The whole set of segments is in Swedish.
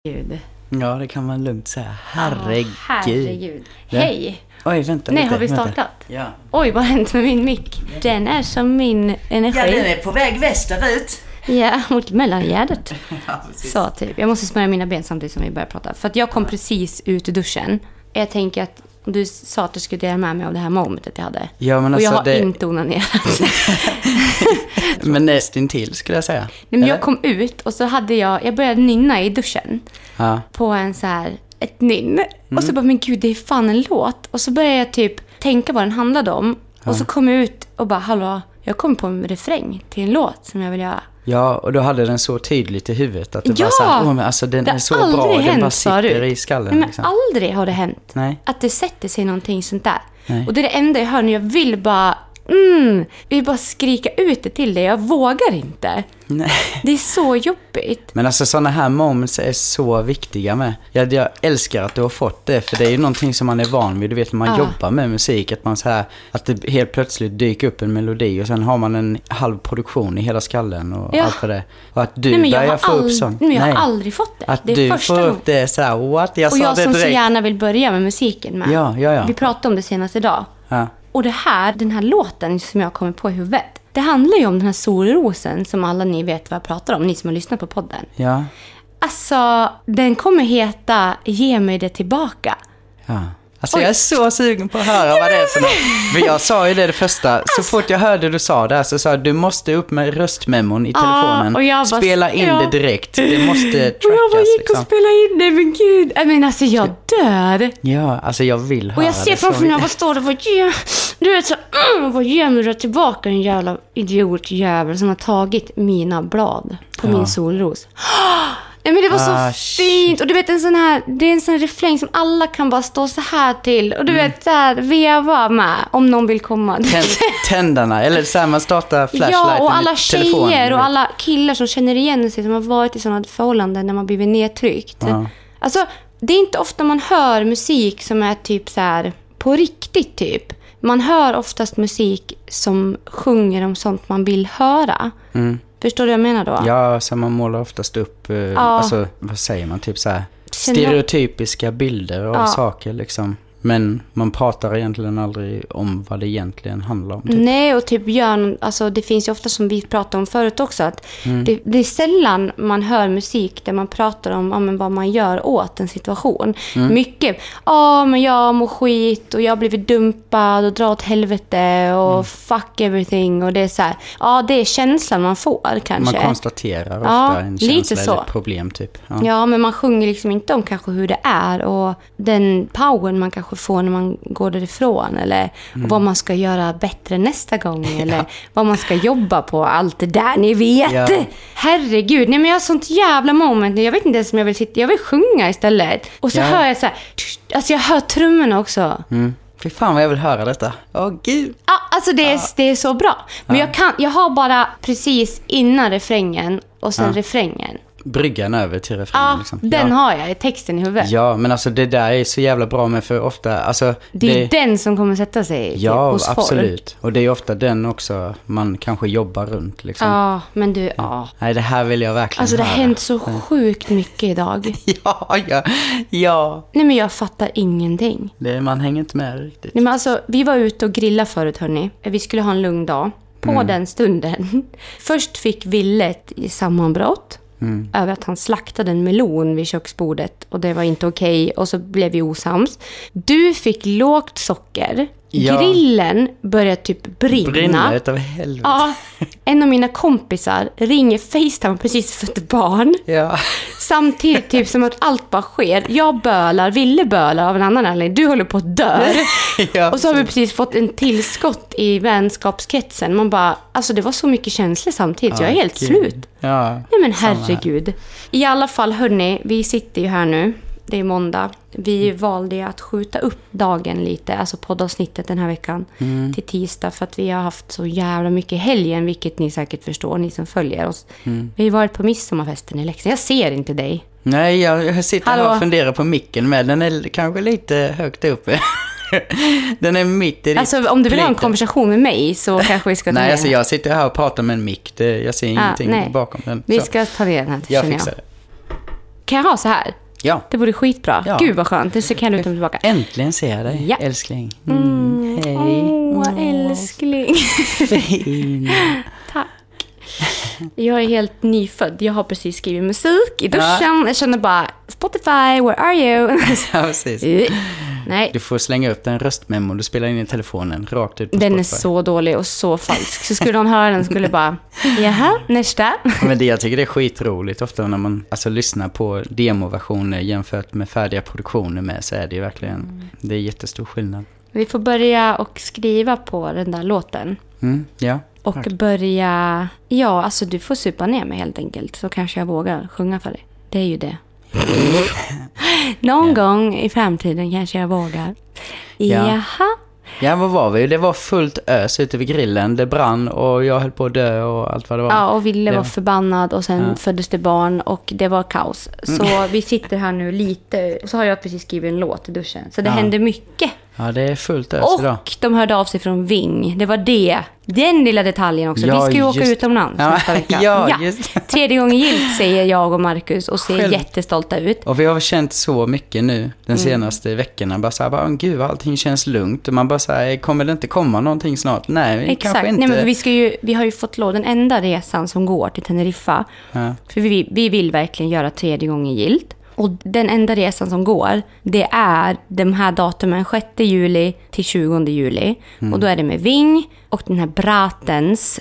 Gud. Ja, det kan man lugnt säga. Herregud. Herregud. Ja. Hej. Oj, vänta Nej, lite. har vi startat? Vänta. Ja. Oj, vad har hänt med min mick? Den är som min energi. Ja, den är på väg västerut. Ja, mot mellangärdet. Ja, precis. Så typ. Jag måste smörja mina ben samtidigt som vi börjar prata. För att jag kom precis ut ur duschen. Jag tänker att du sa att du skulle dela med mig av det här momentet jag hade. Ja, men och jag alltså har inte onanerat. Men nästintill skulle jag säga. Nej, men jag kom ut och så hade jag började nynna i duschen. Ja. På en så här, ett nynn. Och så bara, men gud, det är fan en låt. Och så började jag typ tänka vad den handlade om. Och så kom jag ut och bara, hallå, jag kom på en refräng till en låt som jag vill göra. Ja, och då hade den så tydligt i huvudet att det Ja! bara så här, men alltså den är så bra, den bara sitter i skallen. Nej, men liksom. aldrig har det hänt. Nej. Att det sätter sig någonting sånt där. Nej. Och det är det enda jag hör nu. Jag vill bara skrika ut det till dig. Jag vågar inte. Nej. Det är så jobbigt. Men alltså sådana här moments är så viktiga med. Jag älskar att du har fått det, för det är ju någonting som man är van vid. Du vet när man jobbar med musik, att man så här, att det helt plötsligt dyker upp en melodi och sen har man en halv produktion i hela skallen och allt för det. Och att du börjar få upp sånt. Men jag har aldrig fått det. Att det är du första får gången. upp det så här, what? Jag och sa jag det som direkt. så gärna vill börja med musiken med. Ja. Vi pratade om det senast idag. Ja. Och den här låten som jag kommer på i huvudet, det handlar ju om den här solrosen som alla ni vet vad jag pratar om, ni som har lyssnat på podden. Ja. Alltså, den kommer heta Ge mig det tillbaka. Ja. Alltså jag är så sugen på att höra vad det är för något. För jag sa ju det första, så fort jag hörde du sa det så sa jag, du måste upp med röstmemon i telefonen. Och jag bara, spela in det direkt. Det måste trackas. Och jag bara gick liksom. och spelade in det, men gud. Jag menar, alltså jag dör. Ja, alltså jag vill höra Och jag ser det framför mig, jag bara står där och bara, du vet så, vad ger mig det tillbaka, en jävla idiotjävel som har tagit mina blad på min solros. Nej, men det var så fint. Och du vet, det är en sån här refräng som alla kan bara stå så här till. Och du vet, så här, veva med om någon vill komma. Tändarna, eller så här, man startar flashlighten. Ja, och alla i telefonen. tjejer och alla killar som känner igen sig, som har varit i sådana förhållanden när man blivit nedtryckt. Ja. Alltså, det är inte ofta man hör musik som är typ så här på riktigt typ. Man hör oftast musik som sjunger om sånt man vill höra. Förstår du vad jag menar då? Ja, så man målar oftast upp, alltså, vad säger man, typ så här stereotypiska bilder av saker liksom. Men man pratar egentligen aldrig om vad det egentligen handlar om. Typ. Nej, och typ alltså det finns ju ofta, som vi pratade om förut också, att det är sällan man hör musik där man pratar om vad man gör åt en situation. Mycket, men jag mår skit och jag har blivit dumpad och drar åt helvete och fuck everything, och det är så här, det är känslan man får kanske. Man konstaterar ofta en känsla lite så. eller ett problem typ. Ja, men man sjunger liksom inte om kanske hur det är och den powern man kanske får när man går därifrån, eller vad man ska göra bättre nästa gång, eller vad man ska jobba på, allt det där ni vet. Ja. Herregud, nej, men jag har sånt jävla moment. Jag vet inte ens om jag vill sitta, jag vill sjunga istället. Och så hör jag så här, alltså jag hör trummorna också. Fy fan vad jag vill höra detta. Gud. Ja, alltså det är så bra. Men jag har bara precis innan refrängen och sen refrängen. Bryggan över till refrängen liksom. Den har jag i texten i huvudet. Ja, men alltså det där är så jävla bra med, för ofta, alltså det är den som kommer sätta sig hos folk. Absolut. Och det är ofta den också man kanske jobbar runt liksom. Ja, men du, Nej, det här vill jag verkligen alltså det höra. har hänt så sjukt mycket idag. Ja. Nej, men jag fattar ingenting. Man hänger inte med riktigt. Nej, men alltså, vi var ute och grilla förut, hörni. Vi skulle ha en lugn dag. På den stunden. Först fick Ville ett sammanbrott. Över att han slaktade en melon vid köksbordet. Och det var inte okej. Och så blev vi osams. Du fick lågt socker. Ja. Grillen började typ brinna utav helvete. Ja, en av mina kompisar ringer FaceTime precis för ett barn. Ja. Samtidigt typ som att allt bara sker. Jag bölar, Ville bölar av en annan anledning. Du håller på att dö. Ja, och så har vi precis fått en tillskott i vänskapskretsen. Man bara, alltså det var så mycket känslor samtidigt. Jag är helt slut. Ja. Nej, men herregud. I alla fall, hörni, vi sitter ju här nu. Det är måndag. Vi valde att skjuta upp dagen lite, alltså poddavsnittet den här veckan, till tisdag, för att vi har haft så jävla mycket helgen, vilket ni säkert förstår, ni som följer oss. Vi har varit på midsommarfesten i Leksand. Jag ser inte dig. Nej, jag sitter här och funderar på micken med. Den är kanske lite högt uppe. Den är mitt i. Alltså om du vill ha en konversation med mig så kanske vi ska ta Nej, alltså jag sitter här och pratar med en mick. Jag ser ingenting bakom den. Vi ska ta det den här. Jag fixar det. Kan jag ha så här? Ja. Det vore skitbra. Ja. Gud vad skönt. Det så kan jag luta mig tillbaka. Äntligen ser jag dig, Ja. älskling. Hej. Älskling. Fin. Tack. Jag är helt nyfödd. Jag har precis skrivit musik i duschen. Jag känner bara, Spotify, where are you? Ja, precis. Nej. Du får slänga upp den röstmemo du spelar in i telefonen rakt ut på Den Spotify. är så dålig och så falsk. Så skulle någon höra den skulle bara, jaha, nästa. Men jag tycker det är skitroligt ofta när man lyssnar på demoversioner jämfört med färdiga produktioner med, så är det ju verkligen, det är jättestor skillnad. Vi får börja och skriva på den där låten. Ja. Och börja, alltså du får supa ner mig helt enkelt. Så kanske jag vågar sjunga för dig. Det är ju det. Någon gång i framtiden kanske jag vågar. Jaha. Ja, vad var vi? Det var fullt ös ute vid grillen. Det brann och jag höll på att dö och allt vad det var. Ja, och Ville var förbannad och sen föddes det barn och det var kaos. Så vi sitter här nu lite, och så har jag precis skrivit en låt i duschen. Så det hände mycket. Ja, det är fullt ös idag. Och de hörde av sig från Ving. Det var det. Den lilla detaljen också. Ja, vi ska ju åka just utomlands nästa vecka. Ja, just. 3:e gången gilt, säger jag och Marcus och ser jättestolta ut. Och vi har känt så mycket nu den senaste veckorna. Bara så här, gud, allting känns lugnt. Och man bara så här, kommer det inte komma någonting snart? Nej, Exakt. kanske inte. Nej, men vi har ju fått lov den enda resan som går till Teneriffa. Ja. För vi vill verkligen göra 3:e gången gilt. Och den enda resan som går, det är de här datumen 6 juli till 20 juli. Och då är det med Ving och den här Bratens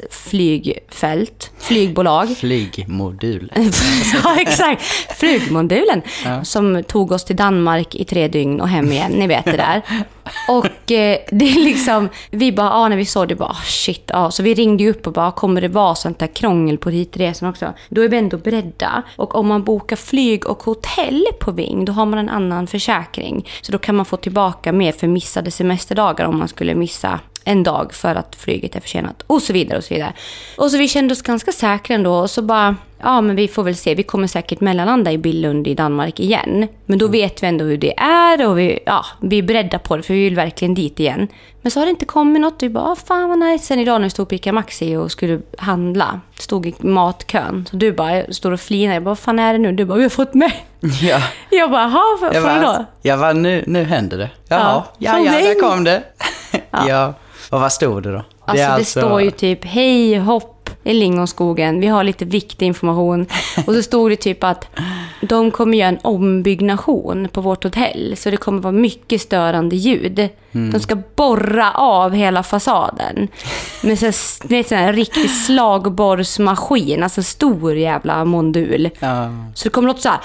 flygbolag. Flygmodul. Ja, exakt. Flygmodulen som tog oss till Danmark i 3 dygn och hem igen. Ni vet det där. Och det är liksom, vi bara, när vi såg det, bara shit. Så vi ringde ju upp och bara, kommer det vara sånt där krångel på hitresan också? Då är vi ändå beredda. Och om man bokar flyg och hotell på Ving, då har man en annan försäkring. Så då kan man få tillbaka mer för missade semesterdagar om man skulle missa en dag för att flyget är försenat. Och så vidare och så vidare. Och så vi kände oss ganska säkra ändå. Och så bara, men vi får väl se. Vi kommer säkert mellanlanda i Billund i Danmark igen. Men då vet vi ändå hur det är. Och vi är beredda på det. För vi vill verkligen dit igen. Men så har det inte kommit något. Vi bara, fan vad nice. Sen idag när vi stod på Ica Maxi och skulle handla. Stod i matkön. Så du bara, står och flinar. Jag bara, vad fan är det nu? Du bara, vi har fått med. Ja. Jag bara, vad då? Jag bara, nu händer det. Ja, där kom det. Ja. Och vad stod det då? Det står ju typ, hej hopp i Lingonskogen. Vi har lite viktig information. Och så stod det typ att de kommer göra en ombyggnation på vårt hotell. Så det kommer vara mycket störande ljud. De ska borra av hela fasaden. Med så en riktig slagborrsmaskin. Alltså stor jävla mondul. Så det kommer låta så här.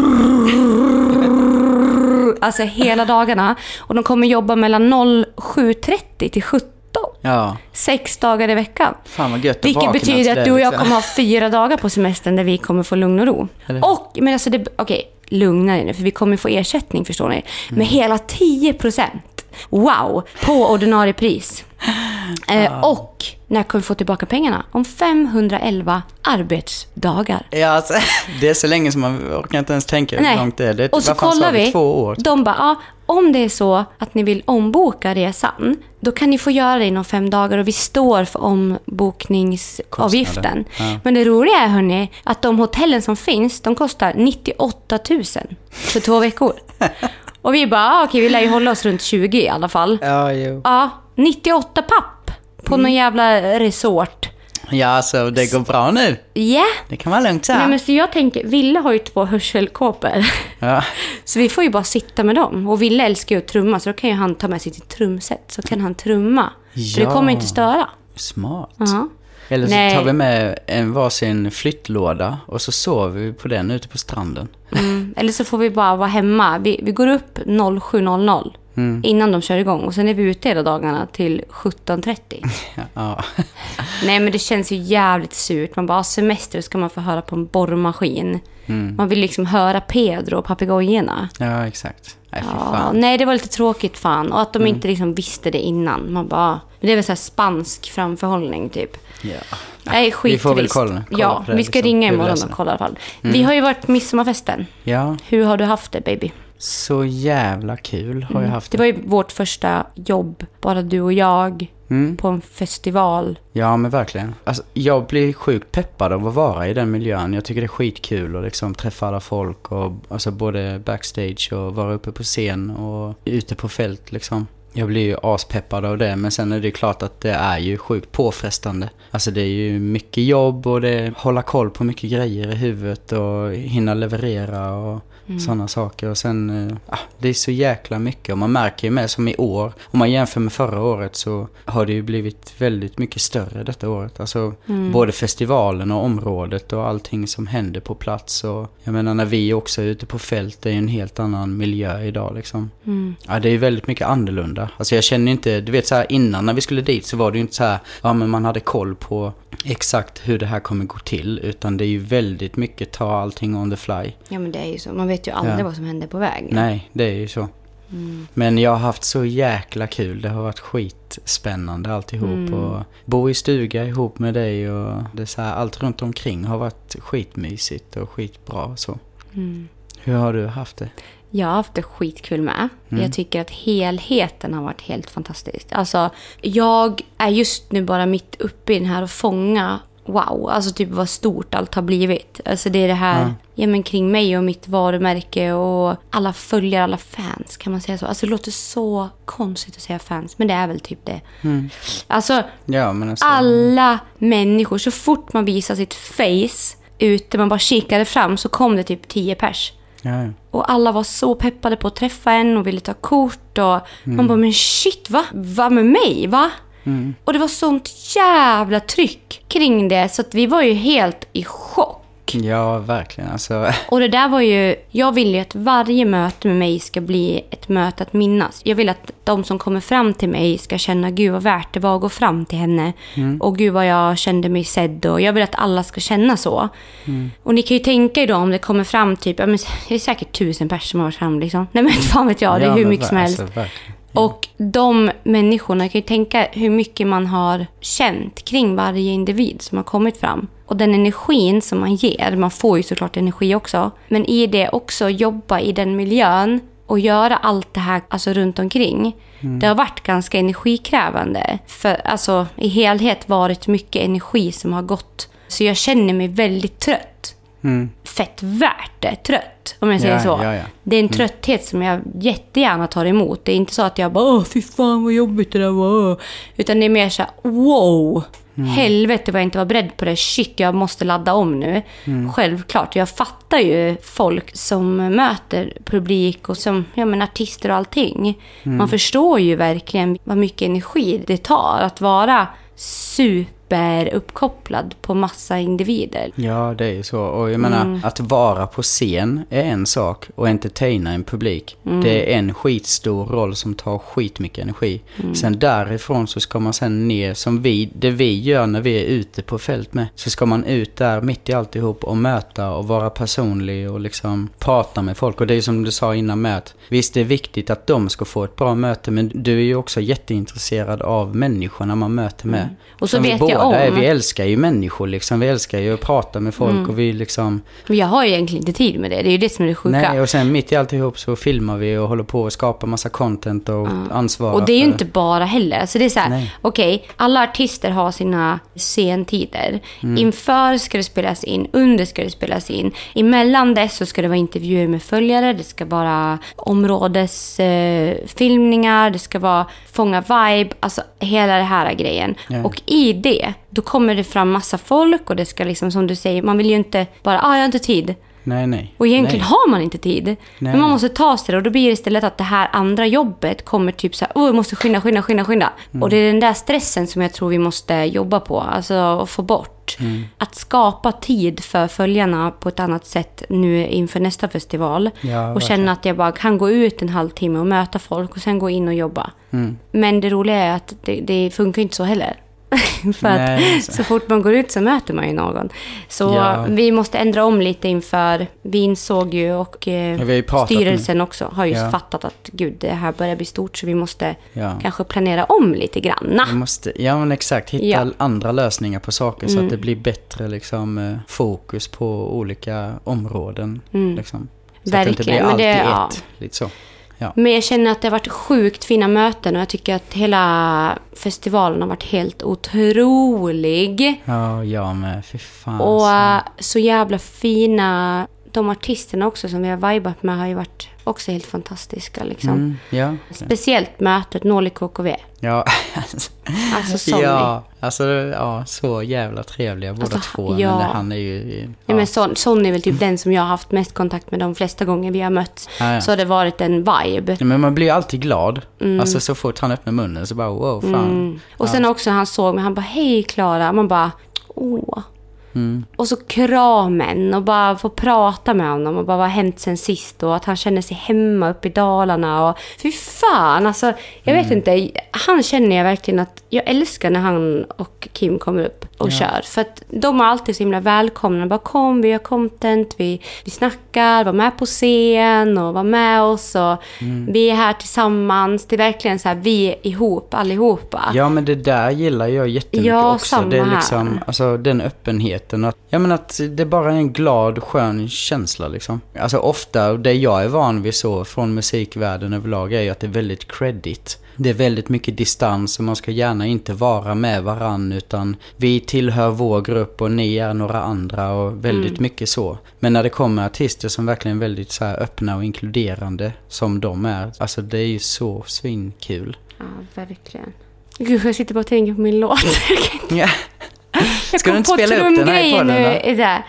Alltså hela dagarna. Och de kommer jobba mellan 07:30 till 17. 6 dagar i veckan. Fan vad gött. Vilket betyder att du och jag kommer ha 4 dagar på semestern där vi kommer få lugn och ro. Och, men alltså lugna er nu, för vi kommer få ersättning, förstår ni. Med hela 10%. Wow, på ordinarie pris. Och när kommer vi få tillbaka pengarna? Om 511 arbetsdagar. Ja, alltså, det är så länge som man orkar inte ens tänka hur långt det är. Och så kollar vi, 2 år. De bara, om det är så att ni vill omboka resan, då kan ni få göra det inom 5 dagar och vi står för ombokningsavgiften. Men det roliga är, hörni, att de hotellen som finns, de kostar 98 000 för 2 veckor. Och vi bara, okej, vi lär ju hålla oss runt 20 i alla fall. 98 papp på någon jävla resort. Ja, så det går bra nu. Ja. Det kan vara lugnt så här. Nej, men så jag tänker, Ville har ju 2 hörselkåpor. Så vi får ju bara sitta med dem. Och Ville älskar ju att trumma, så då kan ju han ta med sitt trumset. Så kan han trumma. Så det kommer inte störa. Smart. Eller så tar vi med en varsin flyttlåda och så sover vi på den ute på stranden. Eller så får vi bara vara hemma. Vi går upp 07:00 innan de kör igång. Och sen är vi ute hela dagarna till 17:30. Nej, men det känns ju jävligt surt. Man bara, semester ska man få höra på en borrmaskin. Man vill liksom höra Pedro och papegojorna. Ja, exakt. Nej, fan. Nej, det var lite tråkigt fan. Och att de inte liksom visste det innan. Man bara, det är väl så här spansk framförhållning typ. Nej, skit. Vi får väl kolla ja, på det, vi ska ringa imorgon och kolla i alla fall. Vi har ju varit midsommarfesten. Ja. Hur har du haft det, baby? Så jävla kul har jag haft det. Det var ju vårt första jobb, bara du och jag. på en festival. Ja, men verkligen. Alltså, jag blir sjukt peppad av att vara i den miljön. Jag tycker det är skitkul att liksom träffa alla folk och alltså både backstage och vara uppe på scen och ute på fält liksom. Jag blir ju aspeppad av det, men sen är det klart att det är ju sjukt påfrestande. Alltså det är ju mycket jobb och det hålla koll på mycket grejer i huvudet och hinna leverera och sådana saker. Och sen, det är så jäkla mycket och man märker ju med som i år, om man jämför med förra året så har det ju blivit väldigt mycket större detta året. Alltså både festivalen och området och allting som händer på plats. Och jag menar när vi också är ute på fält, det är en helt annan miljö idag liksom. Ja, det är väldigt mycket annorlunda. Alltså jag känner inte, du vet så här innan när vi skulle dit så var det ju inte så här, men man hade koll på exakt hur det här kommer gå till, utan det är ju väldigt mycket ta allting on the fly. Ja, men det är ju så. Man vet ju aldrig vad som händer på vägen. Nej, det är ju så. Men jag har haft så jäkla kul. Det har varit skitspännande alltihop. Och bo i stuga ihop med dig och det så här, allt runt omkring har varit skitmysigt och skitbra så. Hur har du haft det? Jag har haft det skitkul med. Jag tycker att helheten har varit helt fantastisk. Alltså, jag är just nu bara mitt uppe i den här och fånga. Wow, alltså typ vad stort allt har blivit. Alltså det är det här men kring mig och mitt varumärke och alla följare, alla fans, kan man säga så? Alltså det låter så konstigt att säga fans, men det är väl typ det. Alltså, alla människor, så fort man visar sitt face ute, man bara kikade fram så kom det typ 10 pers. Ja. Och alla var så peppade på att träffa en och ville ta kort och man bara, men shit, vad med mig, va? Och det var sånt jävla tryck kring det så att vi var ju helt i chock. Ja, verkligen. Alltså. Och det där var ju, jag vill ju att varje möte med mig ska bli ett möte att minnas. Jag vill att de som kommer fram till mig ska känna, gud vad värt det var att gå fram till henne. Och gud vad jag kände mig sedd. Och jag vill att alla ska känna så. Och ni kan ju tänka idag om det kommer fram typ, det är säkert 1000 personer som har varit fram liksom. Nej men fan vet jag, det är hur mycket som helst. Alltså, och de människorna kan ju tänka hur mycket man har känt kring varje individ som har kommit fram. Och den energin som man ger, man får ju såklart energi också. Men i det också jobba i den miljön och göra allt det här alltså runt omkring. Det har varit ganska energikrävande. För alltså i helhet varit mycket energi som har gått. Så jag känner mig väldigt trött. Fett värt det, trött om jag säger så. Ja. Det är en trötthet som jag jättegärna tar emot. Det är inte så att jag bara, fy fan vad jobbigt det där var. Utan det är mer så här, wow, helvete vad jag inte var beredd på det. Shit, jag måste ladda om nu. Självklart, jag fattar ju folk som möter publik och som artister och allting. Man förstår ju verkligen vad mycket energi det tar att vara super uppkopplad på massa individer. Ja, det är ju så. Och jag menar, att vara på scen är en sak och entertaina en publik. Det är en skitstor roll som tar skitmycket energi. Sen därifrån så ska man sen ner, som det vi gör när vi är ute på fält med, så ska man ut där mitt i alltihop och möta och vara personlig och liksom prata med folk. Och det är som du sa innan med att visst det är viktigt att de ska få ett bra möte, men du är ju också jätteintresserad av människorna man möter med. Och så vet jag om. Vi älskar ju människor liksom. Vi älskar ju att prata med folk och vi liksom. Men jag har ju egentligen inte tid med det. Det är ju det som är det sjuka. Nej, och sen mitt i alltihop så filmar vi och håller på att skapa massa content och ansvara. Och det är ju inte bara heller. Så det är så här, okej, alla artister har sina sentider. Inför ska det spelas in, under ska det spelas in. Emellan dess så ska det vara intervjuer med följare. Det ska vara områdesfilmningar. Det ska vara fånga vibe. Alltså hela det här grejen. Ja. Och i det, då kommer det fram massa folk och det ska liksom, som du säger, man vill ju inte bara, jag har inte tid. Nej. Och egentligen har man inte tid. Men man måste ta sig det och då blir det istället att det här andra jobbet kommer typ så här, jag måste skynda. Och det är den där stressen som jag tror vi måste jobba på, alltså att få bort. Att skapa tid för följarna på ett annat sätt nu inför nästa festival. Ja, och känna att jag bara kan gå ut en halvtimme och möta folk och sen gå in och jobba. Men det roliga är att det funkar inte så heller. För att så fort man går ut så möter man ju någon. Så vi måste ändra om lite inför. Vi insåg ju och styrelsen också har ju fattat att gud, det här börjar bli stort. Så vi måste kanske planera om lite grann. Vi måste, men exakt, hitta andra lösningar på saker så att det blir bättre liksom, fokus på olika områden. Liksom. Så verkligen. att det inte blir allt i ett. Lite så. Ja. Men jag känner att det har varit sjukt fina möten och jag tycker att hela festivalen har varit helt otrolig. Ja, jag med. Fy fan. Och så jävla fina... De artisterna också som vi har vibat med har ju varit också helt fantastiska liksom. Ja. Speciellt mötet Norli KKV. Ja. Alltså Sonny. Ja, alltså så jävla trevliga båda två. Ja. Men han är ju... Ja, men Sonny är väl typ den som jag har haft mest kontakt med de flesta gånger vi har mötts. Ja. Så har det varit en vibe. Ja, men man blir ju alltid glad. Alltså så fort han öppnar munnen så bara wow, fan. Och sen också han såg mig, han bara hej Klara. Man bara åh. Och så kramen och bara få prata med honom och bara vad hänt sen sist och att han känner sig hemma uppe i Dalarna och fy fan, alltså jag vet inte, han känner jag verkligen att jag älskar när han och Kim kommer upp och kör, för att de är alltid så himla välkomna, bara kom, vi har content, vi snackar, var med på scen och var med oss och vi är här tillsammans, det är verkligen så här, vi är ihop allihopa. Ja, men det där gillar jag jättemycket också, det är liksom, alltså den öppenheten att, jag menar att det är bara en glad, skön känsla liksom. Alltså ofta, det jag är van vid så från musikvärlden överlag är ju att det är väldigt credit. Det är väldigt mycket distans och man ska gärna inte vara med varann utan vi tillhör vår grupp och ni är några andra och väldigt mycket så. Men när det kommer artister som verkligen är väldigt så här öppna och inkluderande som de är, alltså det är ju så svinkul. Ja, verkligen. Gud, jag sitter bara och tänker på min låt. Ja. Ska du inte spela upp den här i podden då?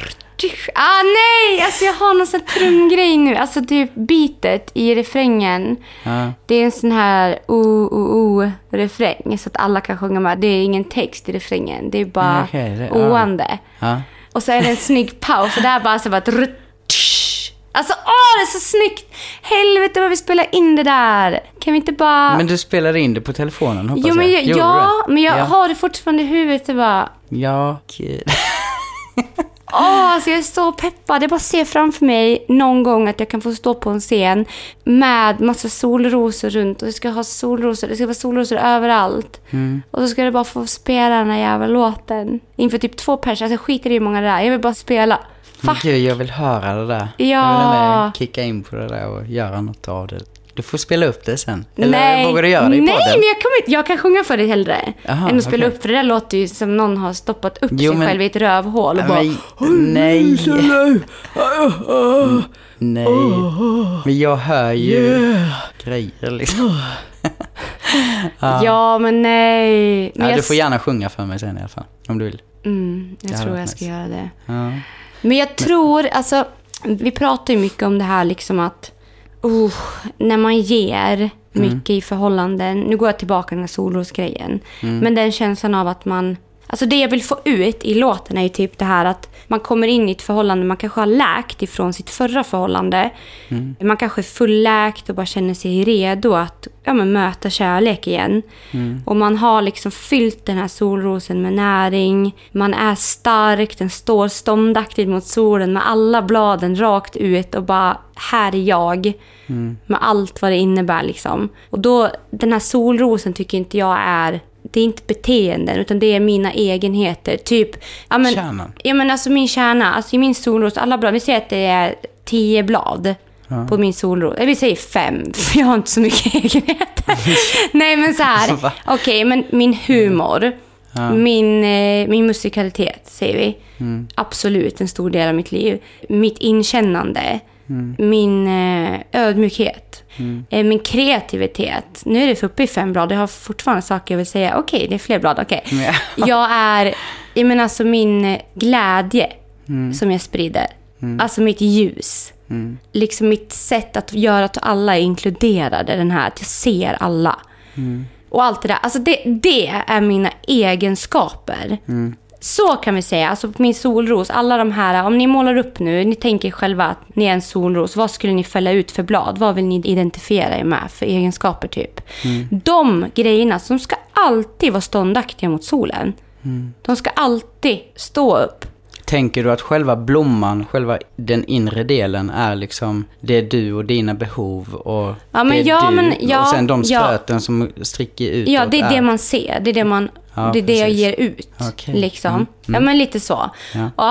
Nej, alltså jag har någon sån trumgrej nu. Alltså typ beatet i refrängen. Det är en sån här refräng så att alla kan sjunga med. Det är ingen text i refrängen. Det är bara oande. Och så är det en snygg paus och där bara så bara alltså, det är så snyggt. Helvete vad vi spelar in det där. Kan vi inte bara... Men du spelade in det på telefonen, hoppas jag. Men jag ja. har det fortfarande i huvudet. Det bara... Ja, kul. Alltså jag är så peppad. Jag bara ser framför mig någon gång att jag kan få stå på en scen med massa solrosor runt. Och jag ska ha solrosor. Det ska vara solrosor överallt. Och så ska jag bara få spela den här jävla låten. Inför typ 2 personer. Alltså jag skiter i hur många det är. Jag vill bara spela. Gud, jag vill höra det där. Ja. Jag vill kicka in på det där och göra något av det. Du får spela upp det sen. Eller vågar du göra det i podden? Nej, men jag kan sjunga för dig hellre. Än att spela upp, för det där låter ju som någon har stoppat upp sig själv i ett rövhål och bara... Nej. Nej. Men jag hör ju grejer liksom. Ja, men nej. Men du får gärna sjunga för mig sen i alla fall, om du vill. Jag tror jag ska göra det. Ja. Men jag tror, alltså, vi pratar ju mycket om det här liksom att när man ger mycket i förhållanden, nu går jag tillbaka till den här solrosgrejen, men den känslan av att man, alltså det jag vill få ut i låten är ju typ det här att man kommer in i ett förhållande, man kanske har läkt ifrån sitt förra förhållande, man kanske är fulläkt och bara känner sig redo att möta kärlek igen, och man har liksom fyllt den här solrosen med näring, man är stark, den står ståndaktigt mot solen med alla bladen rakt ut och bara, här är jag, med allt vad det innebär liksom. Och då, den här solrosen tycker inte jag är, det är inte beteenden utan det är mina egenheter. Typ, kärnan. Ja, men alltså min kärna, alltså i min solros, alla blad, vi säger att det är 10 blad på min solros. Jag vill säga 5, för jag har inte så mycket egenheter. Nej, men så här. Okej, men min humor, min musikalitet, säger vi. Absolut en stor del av mitt liv. Mitt inkännande. Min ödmjukhet, min kreativitet. Nu är det uppe i 5 blad. Jag har fortfarande saker jag vill säga. Okej, det är fler blad. Okej. Jag menar alltså min glädje som jag sprider. Alltså mitt ljus. Liksom mitt sätt att göra att alla är inkluderade. Den här, att jag ser alla. Och allt det där. Alltså det är mina egenskaper. Så kan vi säga, alltså min solros, alla de här, om ni målar upp nu, ni tänker själva att ni är en solros, vad skulle ni fälla ut för blad? Vad vill ni identifiera er med för egenskaper typ? De grejerna som ska alltid vara ståndaktiga mot solen, de ska alltid stå upp. Tänker du att själva blomman, själva den inre delen är liksom det du och dina behov och och sen de spröten som stricker ut? Ja, det är det man ser, det är det man... det är det jag ger ut, liksom. Ja, men lite så. Ja.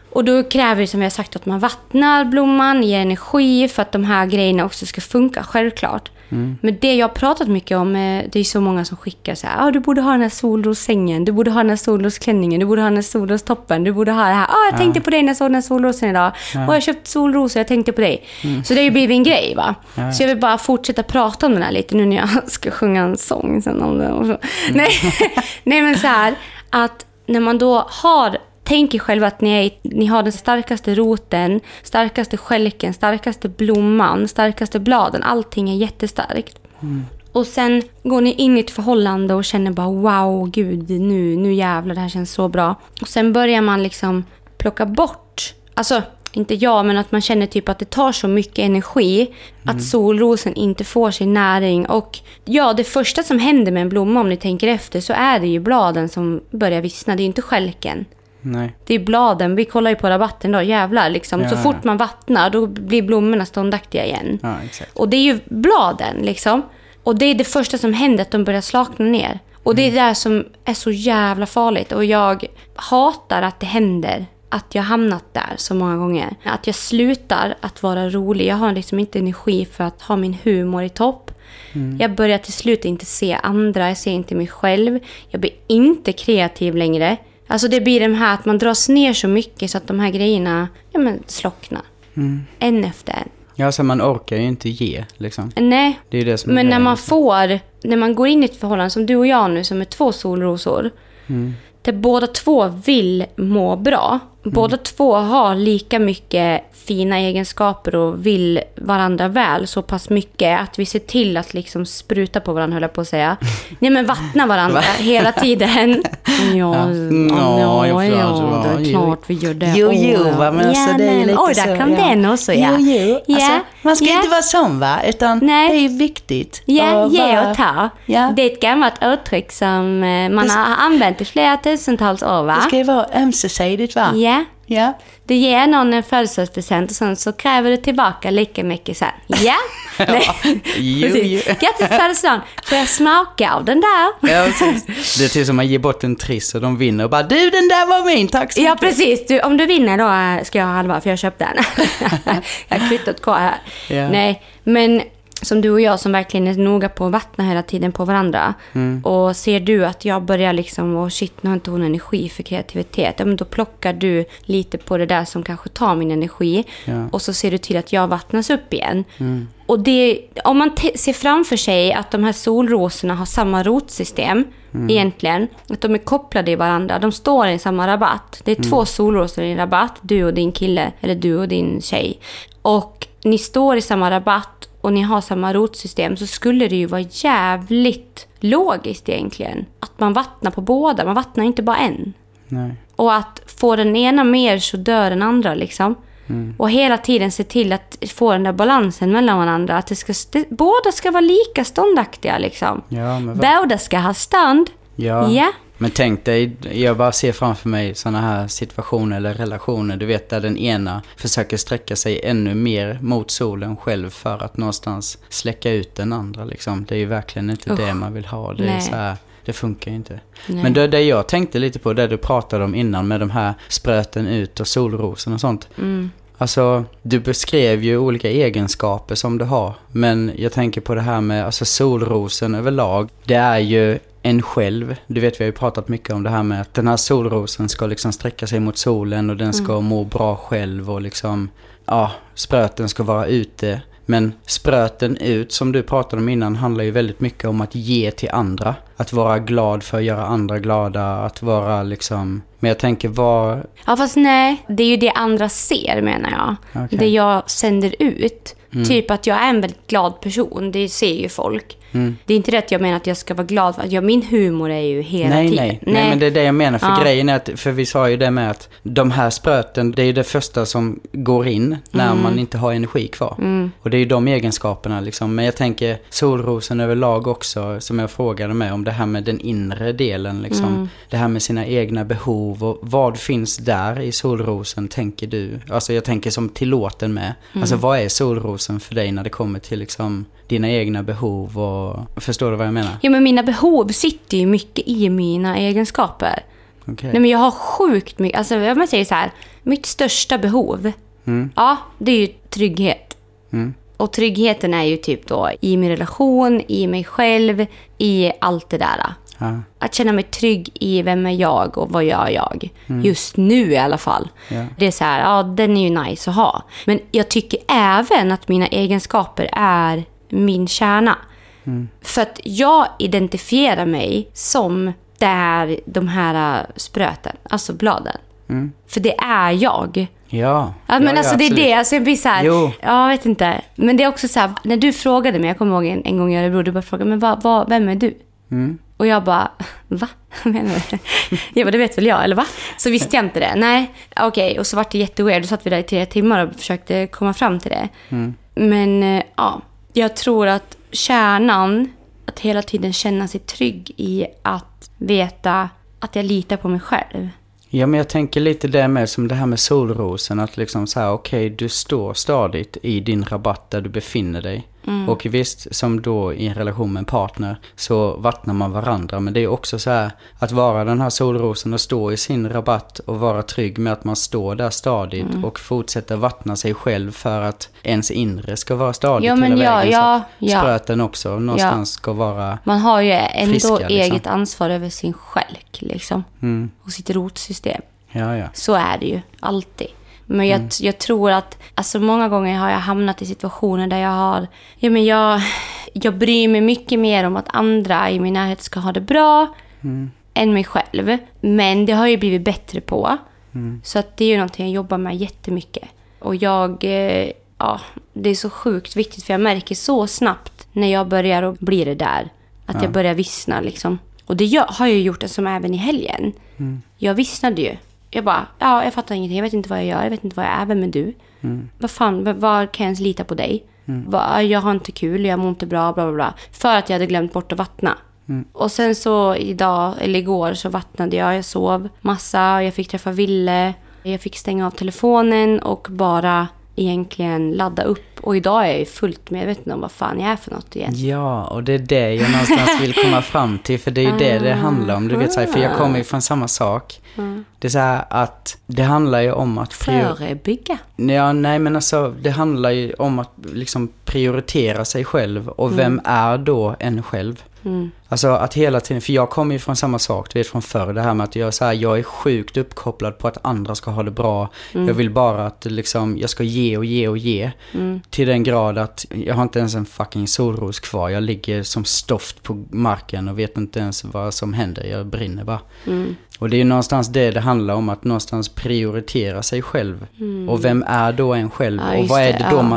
Och då kräver det, som jag sagt, att man vattnar blomman, ger energi för att de här grejerna också ska funka, självklart. Men det jag har pratat mycket om, det är så många som skickar så här: du borde ha den här solrossängen, du borde ha den här solrosklänningen, du borde ha den här solrostoppen, du borde ha det här. Jag tänkte på dig när jag såg den här solrosen idag. Och jag har köpt solrosor, jag tänkte på dig. Så det har ju blivit en grej, va? Så jag vill bara fortsätta prata om den här lite nu när jag ska sjunga en sång sen om det. Och så. Nej, men så här, att när man då tänker själva att ni har den starkaste roten, starkaste skälken, starkaste blomman, starkaste bladen. Allting är jättestarkt. Och sen går ni in i ett förhållande och känner bara wow, gud, nu jävlar, det här känns så bra. Och sen börjar man liksom plocka bort, alltså inte jag, men att man känner typ att det tar så mycket energi att solrosen inte får sin näring. Och ja, det första som händer med en blomma, om ni tänker efter, så är det ju bladen som börjar vissna. Det är inte skälken. Nej. Det är bladen. Vi kollar ju på rabatten då, jävlar liksom. Så fort man vattnar, då blir blommorna ståndaktiga igen. Ja, exakt. Och det är ju bladen liksom. Och det är det första som händer, att de börjar slakna ner. Och det är det som är så jävla farligt. Och jag hatar att det händer. Att jag hamnat där så många gånger. Att jag slutar att vara rolig. Jag har liksom inte energi för att ha min humor i topp. Jag börjar till slut inte se andra. Jag ser inte mig själv. Jag blir inte kreativ längre. Alltså det blir det här att man dras ner så mycket så att de här grejerna slocknar. En efter en. Ja, så man orkar ju inte ge, liksom. Nej, det är det som är men grejen, när man går in i ett förhållande som du och jag nu, som är 2 solrosor. Där båda två vill må bra. Båda två har lika mycket fina egenskaper och vill varandra väl så pass mycket att vi ser till att liksom spruta på varandra, höll jag på att säga. Nej, men vattna varandra hela tiden. Ja, det är klart vi gör det. Jo, men så det är lite där kom den också, ja. Alltså, man ska inte vara sån, va? Utan det är viktigt. Ja, ge och ta. Ja. Det är ett gammalt uttryck som man har använt i flera tusentals år, va? Det ska ju vara ömsesidigt, va? Ja. Du ger någon en födelsedagspresent och sen så kräver du tillbaka lika mycket sen. Ja? Grattis födelsedagen. Får jag smaka av den där? Ja, precis. Det är till som man ger bort en triss och de vinner och bara, du, den där var min, tack så mycket. Ja, precis. Om du vinner då ska jag ha halva, för jag köpte den. Jag har kvittat kvar här. Ja. Nej, men som du och jag som verkligen är noga på att vattna hela tiden på varandra. Och ser du att jag börjar liksom, och shit, nu har inte hon energi för kreativitet. Ja, men då plockar du lite på det där som kanske tar min energi. Ja. Och så ser du till att jag vattnas upp igen. Och det, om man ser framför sig att de här solrosorna har samma rotsystem egentligen, att de är kopplade i varandra, de står i samma rabatt. Det är 2 solrosor i en rabatt, du och din kille, eller du och din tjej. Och ni står i samma rabatt och ni har samma rotsystem, så skulle det ju vara jävligt logiskt egentligen att man vattnar på båda. Man vattnar inte bara en. Nej. Och att få den ena mer så dör den andra liksom. Och hela tiden se till att få den där balansen mellan varandra. Att båda ska vara lika ståndaktiga liksom. Ja, men båda ska ha stånd. Ja. Men tänk dig, jag bara ser framför mig såna här situationer eller relationer, du vet, där den ena försöker sträcka sig ännu mer mot solen själv för att någonstans släcka ut den andra liksom. Det är ju verkligen inte det man vill ha. Det är så här, det funkar ju inte. Nej. Men det jag tänkte lite på, det du pratade om innan med de här spröten ut och solrosen och sånt. Alltså, du beskrev ju olika egenskaper som du har. Men jag tänker på det här med, alltså solrosen överlag, det är ju en själv. Du vet, vi har ju pratat mycket om det här med att den här solrosen ska liksom sträcka sig mot solen och den ska må bra själv och liksom, spröten ska vara ute. Men spröten ut, som du pratade om innan, handlar ju väldigt mycket om att ge till andra. Att vara glad för att göra andra glada. Att vara liksom... Men jag tänker vad... Ja, fast nej. Det är ju det andra ser, menar jag. Okay. Det jag sänder ut. Typ att jag är en väldigt glad person. Det ser ju folk. Det är inte det att jag menar att jag ska vara glad. Min humor är ju hela tiden. Nej, men det är det jag menar. För grejen är att, för vi sa ju det med att de här spröten, det är ju det första som går in när man inte har energi kvar. Och det är ju de egenskaperna liksom. Men jag tänker solrosen överlag också, som jag frågade med om det här med den inre delen liksom. Det här med sina egna behov och vad finns där i solrosen, tänker du? Alltså jag tänker som till låten med. Alltså vad är solrosen för dig när det kommer till liksom dina egna behov och... Förstår du vad jag menar? Ja, men mina behov sitter ju mycket i mina egenskaper. Okay. Nej, men jag har sjukt mycket, alltså jag måste säga så här, mitt största behov, ja, det är ju trygghet. Och tryggheten är ju typ då i min relation, i mig själv, i allt det där. Ja. Att känna mig trygg i vem är jag och vad gör jag. Just nu i alla fall. Ja. Det är så här, ja, den är ju nice att ha. Men jag tycker även att mina egenskaper är min kärna. För att jag identifierar mig som de här spröten, alltså bladen. För det är jag. Ja. Men alltså det är absolut. det, alltså jag blir så här, ja, jag vet inte. Men det är också så här, när du frågade mig, jag kommer ihåg en gång i Örebro, du bara frågade, men vem är du? Och jag bara, va? Menar du? Jag bara, det vet väl jag, eller va? Så visste jag inte det. Nej, okej. Och så var det jätteweird. Då satt vi där i 3 timmar och försökte komma fram till det. Men ja, jag tror att kärnan, att hela tiden känna sig trygg i att veta att jag litar på mig själv. Ja, men jag tänker lite det med som det här med solrosen. Att liksom så här, okej, du står stadigt i din rabatt där du befinner dig. Och visst, som då i en relation med en partner så vattnar man varandra. Men det är också så här, att vara den här solrosen och stå i sin rabatt och vara trygg med att man står där stadigt och fortsätter vattna sig själv för att ens inre ska vara stadigt hela vägen. Så att spröten också någonstans ska vara man har ju ändå friska, eget liksom. ansvar över sin skälk liksom. Och sitt rotsystem. Ja. Så är det ju alltid. Men jag tror att alltså många gånger har jag hamnat i situationer där jag bryr mig mycket mer om att andra i min närhet ska ha det bra än mig själv. Men det har jag ju blivit bättre på. Så att det är ju någonting jag jobbar med jättemycket. Och det är så sjukt viktigt för jag märker så snabbt när jag börjar att bli det där. Att jag börjar vissna liksom. Och det har jag gjort det som även i helgen. Jag vissnade ju. Jag bara, jag fattar ingenting. Jag vet inte vad jag gör. Jag vet inte vad jag är. Vem är du? Vad fan, vad kan jag ens lita på dig? Jag har inte kul. Jag mår inte bra. Bla bla bla. För att jag hade glömt bort att vattna. Och sen så igår så vattnade jag. Jag sov massa. Jag fick träffa Ville. Jag fick stänga av telefonen och bara egentligen ladda upp. Och idag är jag ju fullt medveten om vad fan jag är för något igen. Ja, och det är det jag någonstans vill komma fram till. För det är ju det handlar om. Du vet, så här, för jag kommer ju från samma sak. Det är så här att det handlar ju om att förebygga. Ja, nej men alltså det handlar ju om att liksom prioritera sig själv. Och vem är då en själv? Alltså att hela tiden, för jag kommer ju från samma sak, du vet från förr, det här med att jag är sjukt uppkopplad på att andra ska ha det bra. Jag vill bara att liksom, jag ska ge till den grad att jag har inte ens en fucking solros kvar. Jag ligger som stoft på marken och vet inte ens vad som händer. Jag brinner bara. Och det är ju någonstans det handlar om, att någonstans prioritera sig själv. Och vem är då en själv? Och vad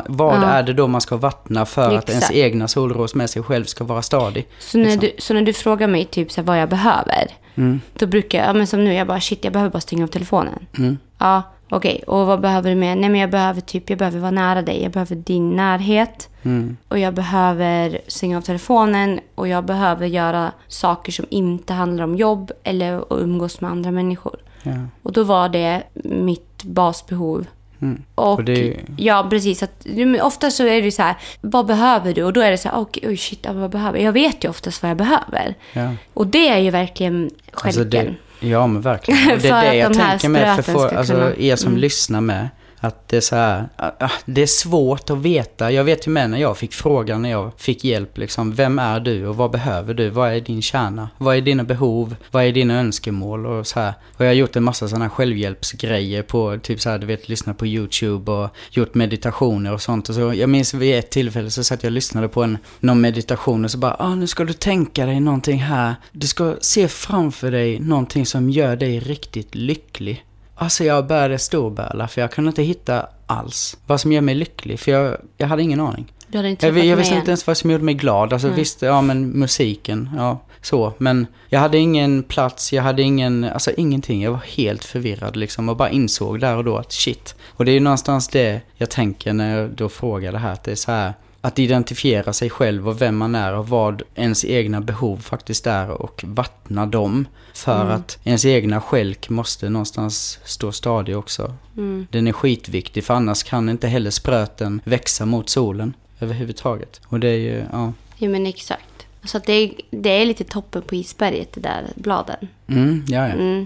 är det då man ska vattna för att ens egna solros med sig själv ska vara stadig? Så när du frågar mig typ så här, vad jag behöver, då brukar jag, men som nu, jag bara jag behöver bara stänga av telefonen. Ja, okej. Och vad behöver du med? Nej, men jag behöver vara nära dig. Jag behöver din närhet. Och jag behöver stänga av telefonen. Och jag behöver göra saker som inte handlar om jobb eller att umgås med andra människor. Ja. Och då var det mitt basbehov. Och ja, precis. Ofta så är det så här, vad behöver du? Och då är det så här, oj shit, vad behöver jag? Jag vet ju oftast vad jag behöver. Ja. Och det är ju verkligen självken. Alltså ja, men verkligen. Och det är det jag tänker med för er som lyssnar med. Att det är så här, det är svårt att veta. Jag vet ju med när jag fick frågan, när jag fick hjälp liksom, vem är du och vad behöver du? Vad är din kärna? Vad är dina behov? Vad är dina önskemål? Och så här. Och jag har gjort en massa sådana självhjälpsgrejer på typ så här, du vet, lyssna på YouTube och gjort meditationer och sånt. Och så jag minns vid ett tillfälle så satt jag och lyssnade på någon meditation och så bara, nu ska du tänka dig någonting här. Du ska se framför dig någonting som gör dig riktigt lycklig. Alltså jag började storböla för jag kunde inte hitta alls vad som gör mig lycklig. För jag hade ingen aning. Jag visste inte ens vad som gjorde mig glad. Alltså visst, men musiken, så. Men jag hade ingen plats, jag hade ingenting. Jag var helt förvirrad liksom och bara insåg där och då att shit. Och det är ju någonstans det jag tänker när jag då frågar det här. Att det är så här, att identifiera sig själv och vem man är och vad ens egna behov faktiskt är och vattna dem. För att ens egna skälk måste någonstans stå stadig också. Den är skitviktig, för annars kan inte heller spröten växa mot solen överhuvudtaget. Och det är ju, Ja, men exakt. Så att det är lite toppen på isberget, det där bladen. Ja.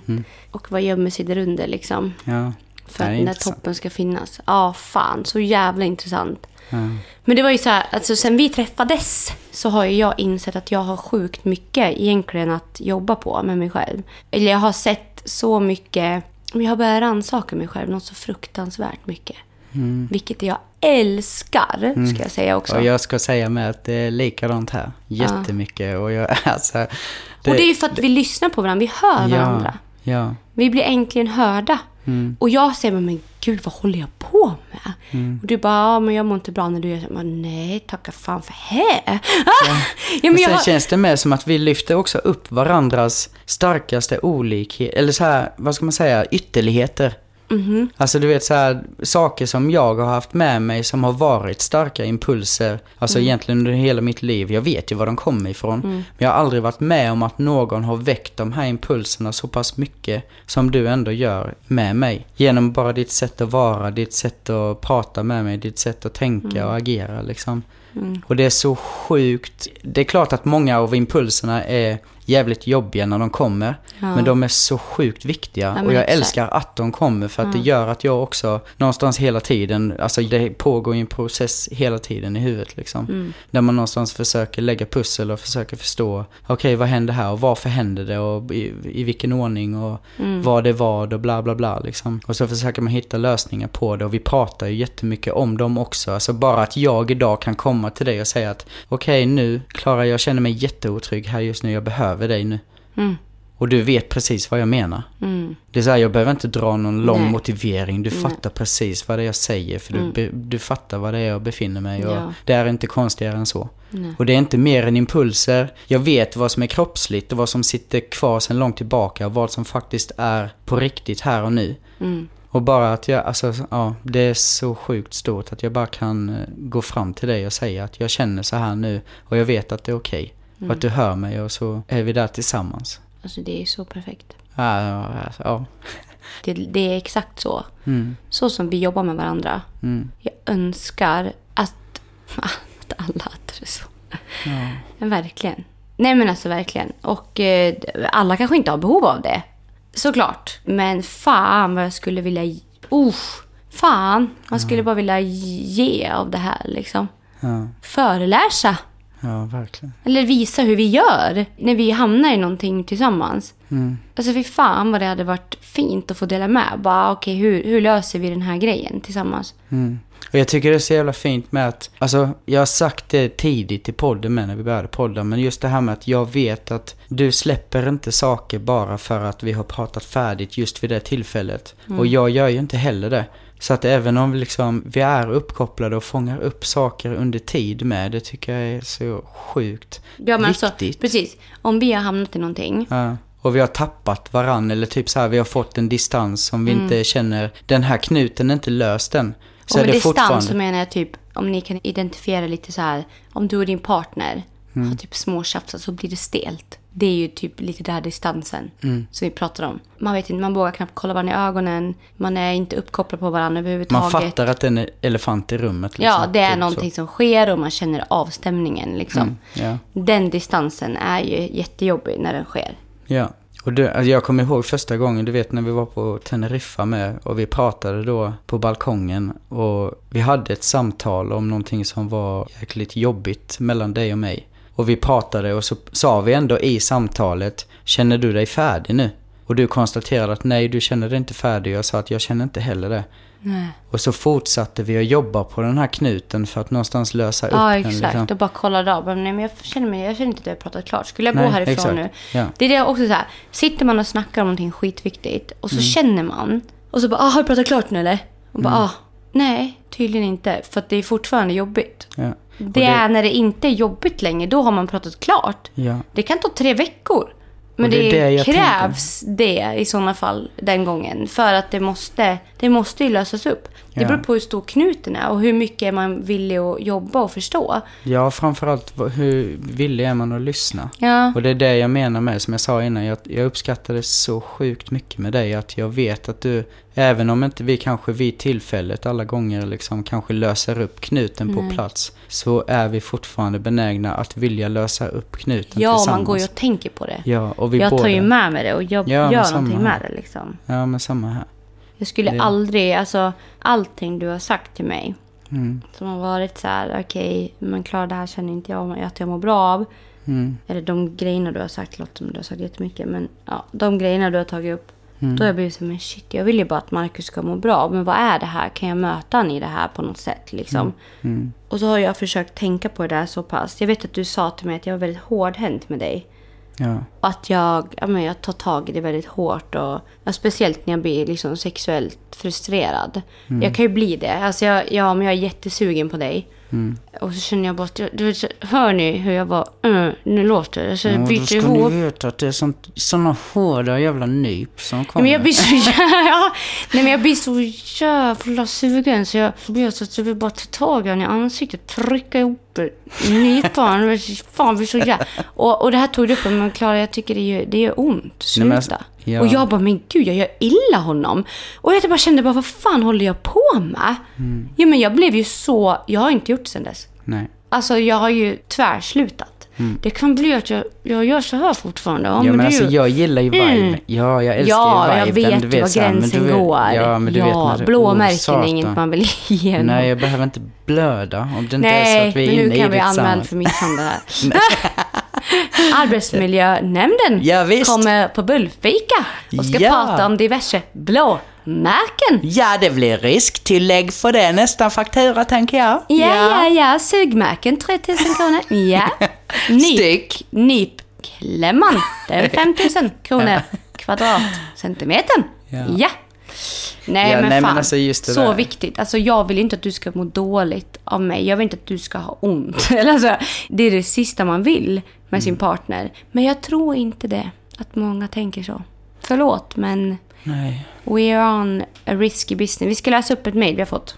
Och vad gömmer sig där under liksom. Ja. För att när toppen ska finnas. Ja, fan. Så jävla intressant. Men det var ju så här, alltså sen vi träffades så har ju jag insett att jag har sjukt mycket egentligen att jobba på med mig själv. Eller jag har sett så mycket, men jag har börjat rannsaka mig själv något så fruktansvärt mycket. Vilket jag älskar, ska jag säga också. Och jag ska säga med att det är likadant här. Jättemycket. Och och det är ju för att vi lyssnar på varandra, vi hör varandra. Ja. Vi blir äntligen hörda. Och jag säger, men gud, vad håller jag på med? Och du bara, men jag mår inte bra när du gör så. Men nej, tacka fan för här. Men sen känns det mer som att vi lyfter också upp varandras starkaste olikhet. Eller så här, vad ska man säga, ytterligheter. Alltså du vet så här, saker som jag har haft med mig som har varit starka impulser, alltså egentligen under hela mitt liv. Jag vet ju var de kommer ifrån, men jag har aldrig varit med om att någon har väckt de här impulserna så pass mycket som du ändå gör med mig. Genom bara ditt sätt att vara, ditt sätt att prata med mig, ditt sätt att tänka och agera liksom. Och det är så sjukt. Det är klart att många av impulserna är jävligt jobbiga när de kommer. Men de är så sjukt viktiga. Och jag älskar att de kommer för att det gör att jag också någonstans hela tiden, alltså det pågår en process hela tiden i huvudet liksom. Där man någonstans försöker lägga pussel och försöker förstå, okej, vad händer här och varför händer det och i vilken ordning och vad det var och bla bla bla liksom. Och så försöker man hitta lösningar på det och vi pratar ju jättemycket om dem också. Alltså bara att jag idag kan komma till dig och säga att okej, nu Klara, jag känner mig jätteotrygg här just nu, jag behöver dig nu. Och du vet precis vad jag menar. Det är så här, jag behöver inte dra någon lång motivering. Du fattar precis vad det är jag säger. För du fattar vad det är jag befinner mig. Och det är inte konstigare än så. Och det är inte mer än impulser. Jag vet vad som är kroppsligt och vad som sitter kvar sedan långt tillbaka. Och vad som faktiskt är på riktigt här och nu. Och bara att jag, alltså, det är så sjukt stort att jag bara kan gå fram till dig och säga att jag känner så här nu. Och jag vet att det är okej. Och att du hör mig och så är vi där tillsammans. Alltså det är så perfekt. Ja. Det är exakt så. Så som vi jobbar med varandra. Jag önskar att alla hade det så. Ja. Verkligen. Nej men alltså verkligen. Och alla kanske inte har behov av det. Såklart. Men fan vad jag skulle vilja... man skulle bara vilja ge av det här liksom. Föreläsa. Ja, verkligen. Eller visa hur vi gör när vi hamnar i någonting tillsammans. Alltså för fan vad det hade varit fint att få dela med. Bara okej, hur löser vi den här grejen tillsammans? Och jag tycker det är så jävla fint med att, alltså jag har sagt det tidigt i podden med när vi började podda, men just det här med att jag vet att du släpper inte saker bara för att vi har pratat färdigt just vid det tillfället. Och jag gör ju inte heller det. Så att även om vi är uppkopplade och fångar upp saker under tid med, det tycker jag är så sjukt men viktigt. Alltså, precis, om vi har hamnat i någonting. Och vi har tappat varann eller typ så här, vi har fått en distans som vi inte känner, den här knuten är inte löst än. Så och är det distans fortfarande... så menar jag typ, om ni kan identifiera lite så här, om du och din partner har typ små tjafsar så blir det stelt. Det är ju typ lite där distansen som vi pratar om. Man vet inte, man vågar knappt kolla varandra i ögonen. Man är inte uppkopplad på varandra överhuvudtaget. Man fattar att det är en elefant i rummet. Liksom. Ja, det är typ någonting som sker och man känner avstämningen liksom. Den distansen är ju jättejobbig när den sker. Ja. Och jag kommer ihåg första gången, du vet när vi var på Teneriffa med och vi pratade då på balkongen och vi hade ett samtal om någonting som var jäkligt jobbigt mellan dig och mig. Och vi pratade och så sa vi ändå i samtalet, känner du dig färdig nu? Och du konstaterade att nej, du känner dig inte färdig. Jag sa att jag känner inte heller det. Nej. Och så fortsatte vi att jobba på den här knuten för att någonstans lösa upp den. Ja, exakt. Liksom. Och bara kollade av. Nej, men jag känner inte att jag har pratat klart. Skulle jag gå härifrån exakt. nu? Ja. Det är det också så här. Sitter man och snackar om någonting skitviktigt och så känner man. Och så bara, har du pratat klart nu eller? Och bara, nej, tydligen inte. För att det är fortfarande jobbigt. Ja. Det är när det inte är jobbigt längre. Då har man pratat klart. Ja. Det kan ta 3 veckor. Men det krävs det i sådana fall den gången. För att det måste ju lösas upp. Det beror på hur stor knuten är och hur mycket man vill att jobba och förstå. Ja, framförallt hur villig är man att lyssna. Ja. Och det är det jag menar med, som jag sa innan. Jag uppskattar det så sjukt mycket med dig. Att jag vet att du även om inte vi kanske vid tillfället alla gånger liksom kanske löser upp knuten på plats, så är vi fortfarande benägna att vilja lösa upp knuten tillsammans. Man går ju och tänker på det. Ja, och vi jag tar ju med mig det och jag gör någonting med det liksom. Ja, men samma här. Jag skulle aldrig, alltså allting du har sagt till mig som har varit så här: okej, men Klara, det här känner inte jag att jag mår bra av. Eller de grejerna du har sagt, Lotta, som du har sagt jättemycket, men ja, de grejerna du har tagit upp, då har jag blivit så, men shit, jag vill ju bara att Marcus ska må bra, men vad är det här? Kan jag möta han i det här på något sätt liksom? Och så har jag försökt tänka på det där så pass. Jag vet att du sa till mig att jag var väldigt hårdhänt med dig. Ja. Och att jag tar tag i det väldigt hårt. Och, speciellt när jag blir liksom sexuellt frustrerad. Jag kan ju bli det. Alltså men jag är jättesugen på dig. Och så känner jag bara att hör ni hur jag bara nu låter det. Så Ja, byter då ska ihop. ni veta att det är såna hårda jävla nyp som kommer. Men jag blir så jävla sugen, så jag blir så att jag vill bara ta tag i den i ansiktet, trycka ihop nypan. Fan, blir så jävla. Och det här tog du upp, men Klara, jag tycker det gör ont. Sluta. Ja. Och jag bara, men gud, jag gör illa honom. Och jag bara kände, vad fan håller jag på med? Ja, men jag blev ju så, jag har inte gjort sen dess. Nej. Alltså jag har ju tvärslutat. Det kan bli att jag gör så här fortfarande. Ja, men alltså jag gillar ju vibe. Ja, jag älskar ju vibe. Jag vet var gränsen går. Ja, men du vet när det, blåmärken är inget man vill igenom. Nej, jag behöver inte blöda om det inte är så att vi är inne i det. Nej, men nu kan vi anmäla för misshandel här. Arbetsmiljönämnden kommer på bullfika och ska prata om diverse blåmärken. Ja, det blir risktillägg för det. Nästan faktura, tänker jag. Ja. Sugmärken, 3000 kronor. Ja. Nypklämman, det är 5000 kronor kvadratcentimetern. Ja. Nej, men alltså just det så där. Viktigt. Alltså jag vill inte att du ska må dåligt av mig. Jag vill inte att du ska ha ont. Alltså, det är det sista man vill med sin partner. Men jag tror inte det. Att många tänker så. Förlåt, men nej. We are on a risky business. Vi ska läsa upp ett mejl vi har fått.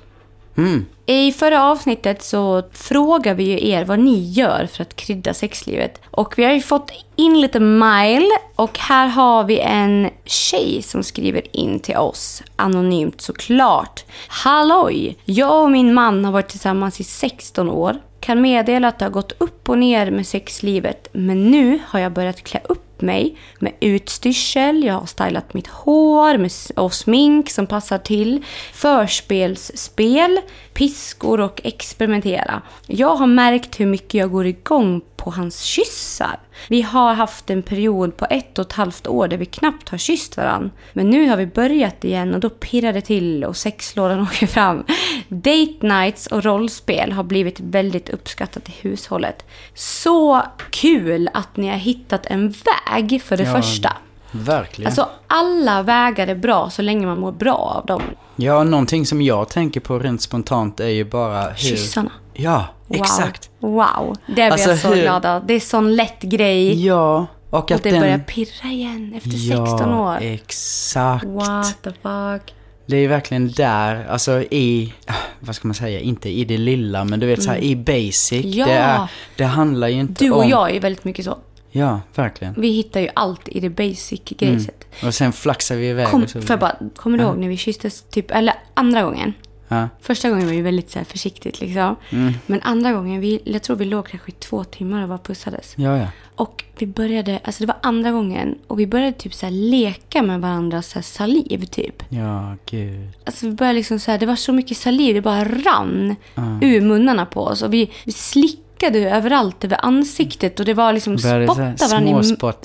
I förra avsnittet så frågar vi ju er vad ni gör för att krydda sexlivet. Och vi har ju fått in lite mail. Och här har vi en tjej som skriver in till oss. Anonymt såklart. Halloj! Jag och min man har varit tillsammans i 16 år. Kan meddela att det har gått upp och ner med sexlivet. Men nu har jag börjat klä upp mig med utstyrsel. Jag har stylat mitt hår och smink som passar till. Förspelsspel, piskor och experimentera. Jag har märkt hur mycket jag går igång på hans kyssar. Vi har haft en period på 1,5 år där vi knappt har kysst varann. Men nu har vi börjat igen och då pirrar det till och sexlådan åker fram. Date nights och rollspel har blivit väldigt uppskattat i hushållet. Så kul att ni har hittat en väg för det första. Verkligen. Alltså alla vägar är bra så länge man mår bra av dem. Ja, någonting som jag tänker på rent spontant är ju bara hur... Kyssarna. Ja, exakt. Wow. Det är alltså, jag så glada. Det är sån lätt grej. Ja. Och att det börjar pirra igen efter 16 år. Ja, exakt. What the fuck. Det är verkligen där, alltså i, vad ska man säga, inte i det lilla, men du vet så här, i basic. Ja. Det handlar ju inte om... Du och jag är väldigt mycket så. Ja, verkligen. Vi hittar ju allt i det basic-grejset. Och sen flaxar vi iväg. Kommer du ihåg när vi kysstes typ, eller andra gången? Ja. Första gången var ju väldigt så här försiktigt liksom. Men andra gången, jag tror vi låg kanske 2 timmar och var pussades. Ja. Och vi började, alltså det var andra gången. Och vi började typ så här leka med varandra så här saliv typ. Ja, gud. Alltså vi började liksom så här, det var så mycket saliv, det bara rann ur munnarna på oss. Och vi slickade överallt över ansiktet. Och det var liksom spotta varandra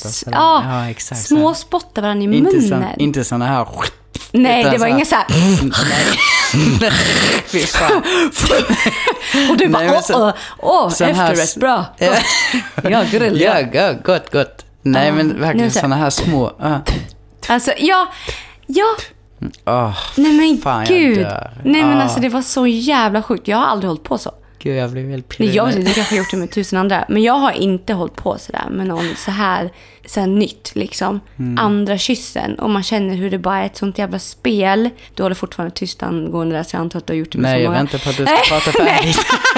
ja, exakt. Små spottar varandra i munnen. Inte såna här... Nej, det var inga så här... Och du bara, efterrätt, bra. Ja, grill. Ja, gott. Nej, men verkligen såna här små... Alltså, ja. Nej, men fan, gud. Nej, men alltså det var så jävla sjukt. Jag har aldrig hållit på så. Gud, jag blev helt pirrig. Jag vet inte, du kanske har gjort det med 1000 andra. Men jag har inte hållit på sådär med någon så här nytt liksom. Andra kyssen. Och man känner hur det bara är ett sånt jävla spel. Du håller fortfarande tyst angående det, så jag antar att du har gjort det med Nej, så många. jag väntar på att du ska prata färdigt.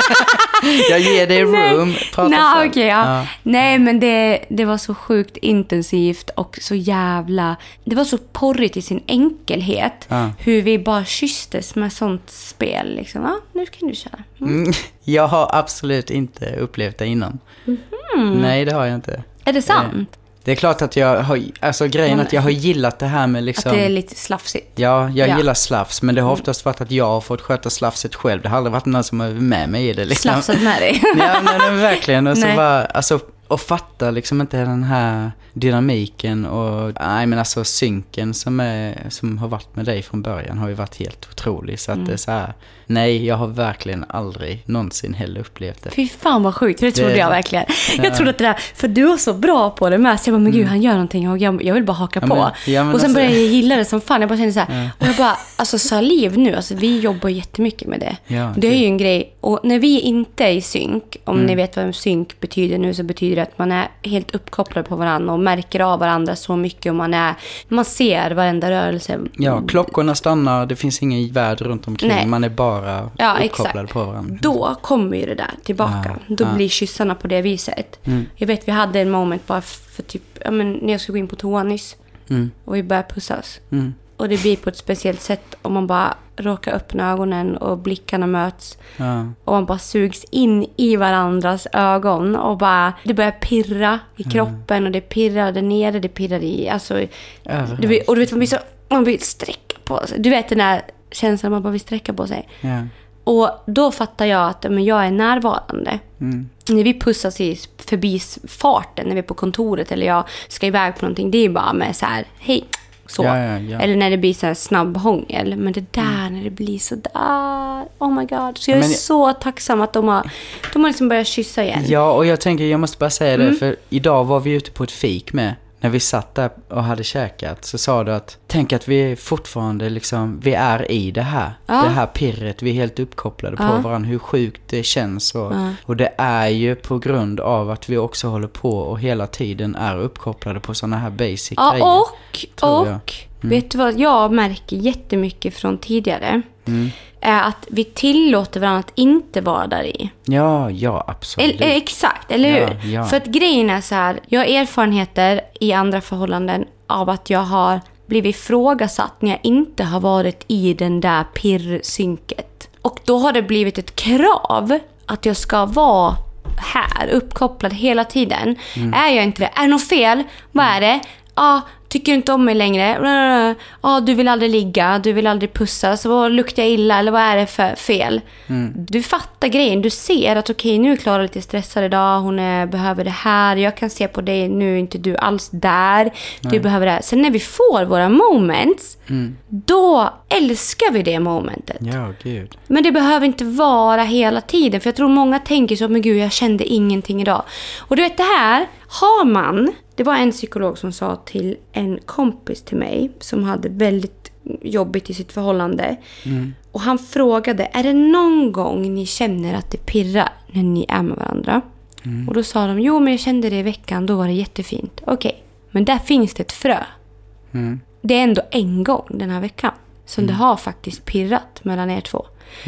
Jag ger dig room. Prata Okay, ja. Nej, men det var så sjukt intensivt och så jävla... Det var så porrigt i sin enkelhet. Hur vi bara kysstes med sånt spel. Liksom. Ja, nu kan du köra. Jag har absolut inte upplevt det innan. Nej, det har jag inte. Är det sant? Det är klart att jag har... Alltså grejen att jag har gillat det här med liksom... Att det är lite slafsigt. Ja, jag gillar slafs. Men det har oftast varit att jag har fått sköta slafset själv. Det har aldrig varit någon som är med mig i det. Liksom. Slafsat med dig? Ja, men verkligen. Och så bara... Alltså, och fatta liksom inte den här dynamiken och nej, men alltså synken som har varit med dig från början har ju varit helt otrolig. Så att det är så här, nej, jag har verkligen aldrig någonsin heller upplevt det. Fy fan vad sjukt, det trodde jag verkligen. Jag trodde att det där, för du var så bra på det med, så jag bara, men gud, han gör någonting och jag vill bara haka på. Men och sen började jag gilla det som fan, jag bara kände så här, och jag bara, alltså Saliv nu, alltså vi jobbar jättemycket med det. Det är ju en grej, och när vi inte är i synk, om ni vet vad synk betyder nu, så betyder det att man är helt uppkopplad på varandra och märker av varandra så mycket, och man ser varenda rörelse. Ja, klockorna stannar, det finns ingen värld runt omkring, man är bara uppkopplad på varandra. Då kommer ju det där tillbaka. Då blir kyssarna på det viset. Jag vet, vi hade en moment bara för typ, när jag skulle gå in på toa nyss och vi började pussas. Och det blir på ett speciellt sätt om man bara råkar öppna ögonen och blickarna möts. Och man bara sugs in i varandras ögon och bara, det börjar pirra i kroppen och det pirrar där nere, det pirrar i, alltså, och du vet, man blir sträcka på sig. Du vet den där känslan, man bara vill sträcka på sig. Och då fattar jag att jag är närvarande. När vi pussas i förbifarten, när vi är på kontoret eller jag ska iväg på någonting, det är bara med så här, hej. Så. Ja. Eller när det blir så här snabb hångel. Men det där när det blir så där, oh my god. Så jag är så tacksam att de har liksom börjat kyssa igen. Ja, och jag tänker, jag måste bara säga det, för idag var vi ute på ett fik med. När vi satt där och hade käkat, så sa du att tänk att vi fortfarande liksom, vi är i det här. Det här pirret, vi är helt uppkopplade på varandra, hur sjukt det känns. Och det är ju på grund av att vi också håller på och hela tiden är uppkopplade på sådana här basic grejer. Och vet du vad jag märker jättemycket från tidigare? Är att vi tillåter varandra att inte vara där i. Ja, absolut. Exakt, eller hur? Ja. För att grejen är så här, jag har erfarenheter i andra förhållanden av att jag har blivit ifrågasatt när jag inte har varit i den där pirrsynket. Och då har det blivit ett krav att jag ska vara här, uppkopplad hela tiden. Är jag inte det? Är det något fel? Vad är det? Tycker inte om mig längre. Du vill aldrig ligga, du vill aldrig pussa, så vad luktar jag illa eller vad är det för fel? Du fattar grejen, du ser att okej, nu är Klara lite stressad idag, hon behöver det här, jag kan se på dig, nu är inte du alls där, du behöver det här. Sen när vi får våra moments, då älskar vi det momentet. Ja, gud. Men det behöver inte vara hela tiden, för jag tror många tänker så, men gud, jag kände ingenting idag. Och du vet, det här har man. Det var en psykolog som sa till en kompis till mig som hade väldigt jobbigt i sitt förhållande. Och han frågade, är det någon gång ni känner att det pirrar när ni är med varandra? Och då sa de, jo men jag kände det i veckan, då var det jättefint. Okej, men där finns det ett frö. Det är ändå en gång den här veckan som det har faktiskt pirrat mellan er två.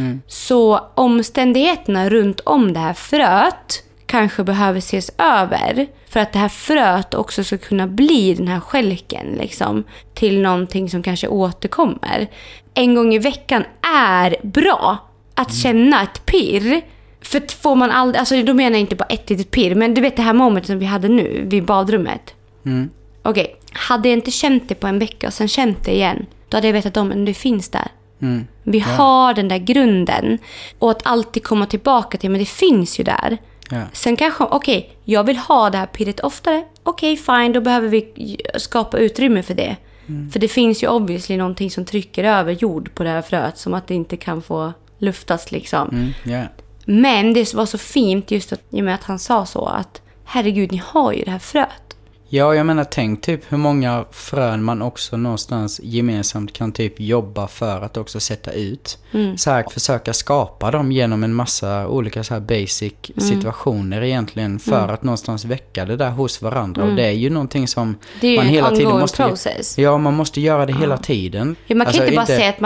Så omständigheterna runt om det här fröet kanske behöver ses över för att det här fröet också ska kunna bli den här skälken liksom, till någonting som kanske återkommer. En gång i veckan är bra att känna ett pirr. För får man aldrig, alltså då menar jag inte bara ett litet pirr, men du vet det här momentet som vi hade nu vid badrummet. Okej, hade jag inte känt det på en vecka och sen känt det igen, då hade jag vetat om att det finns där. Vi har den där grunden, och att alltid komma tillbaka till, men det finns ju där. Sen kanske, jag vill ha det här pirret oftare. Fine, då behöver vi skapa utrymme för det. För det finns ju obviously någonting som trycker över jord på det här fröet, som att det inte kan få luftas liksom. Men det var så fint just att, i och med att han sa så, att herregud, ni har ju det här fröet. Ja, jag menar tänk typ hur många frön man också någonstans gemensamt kan typ jobba för att också sätta ut. Så här, försöka skapa dem genom en massa olika så här basic situationer egentligen för att någonstans väcka det där hos varandra. Och det är ju någonting som det är man hela tiden måste... process. Ja, man måste göra det hela tiden. Ja, man kan inte bara säga att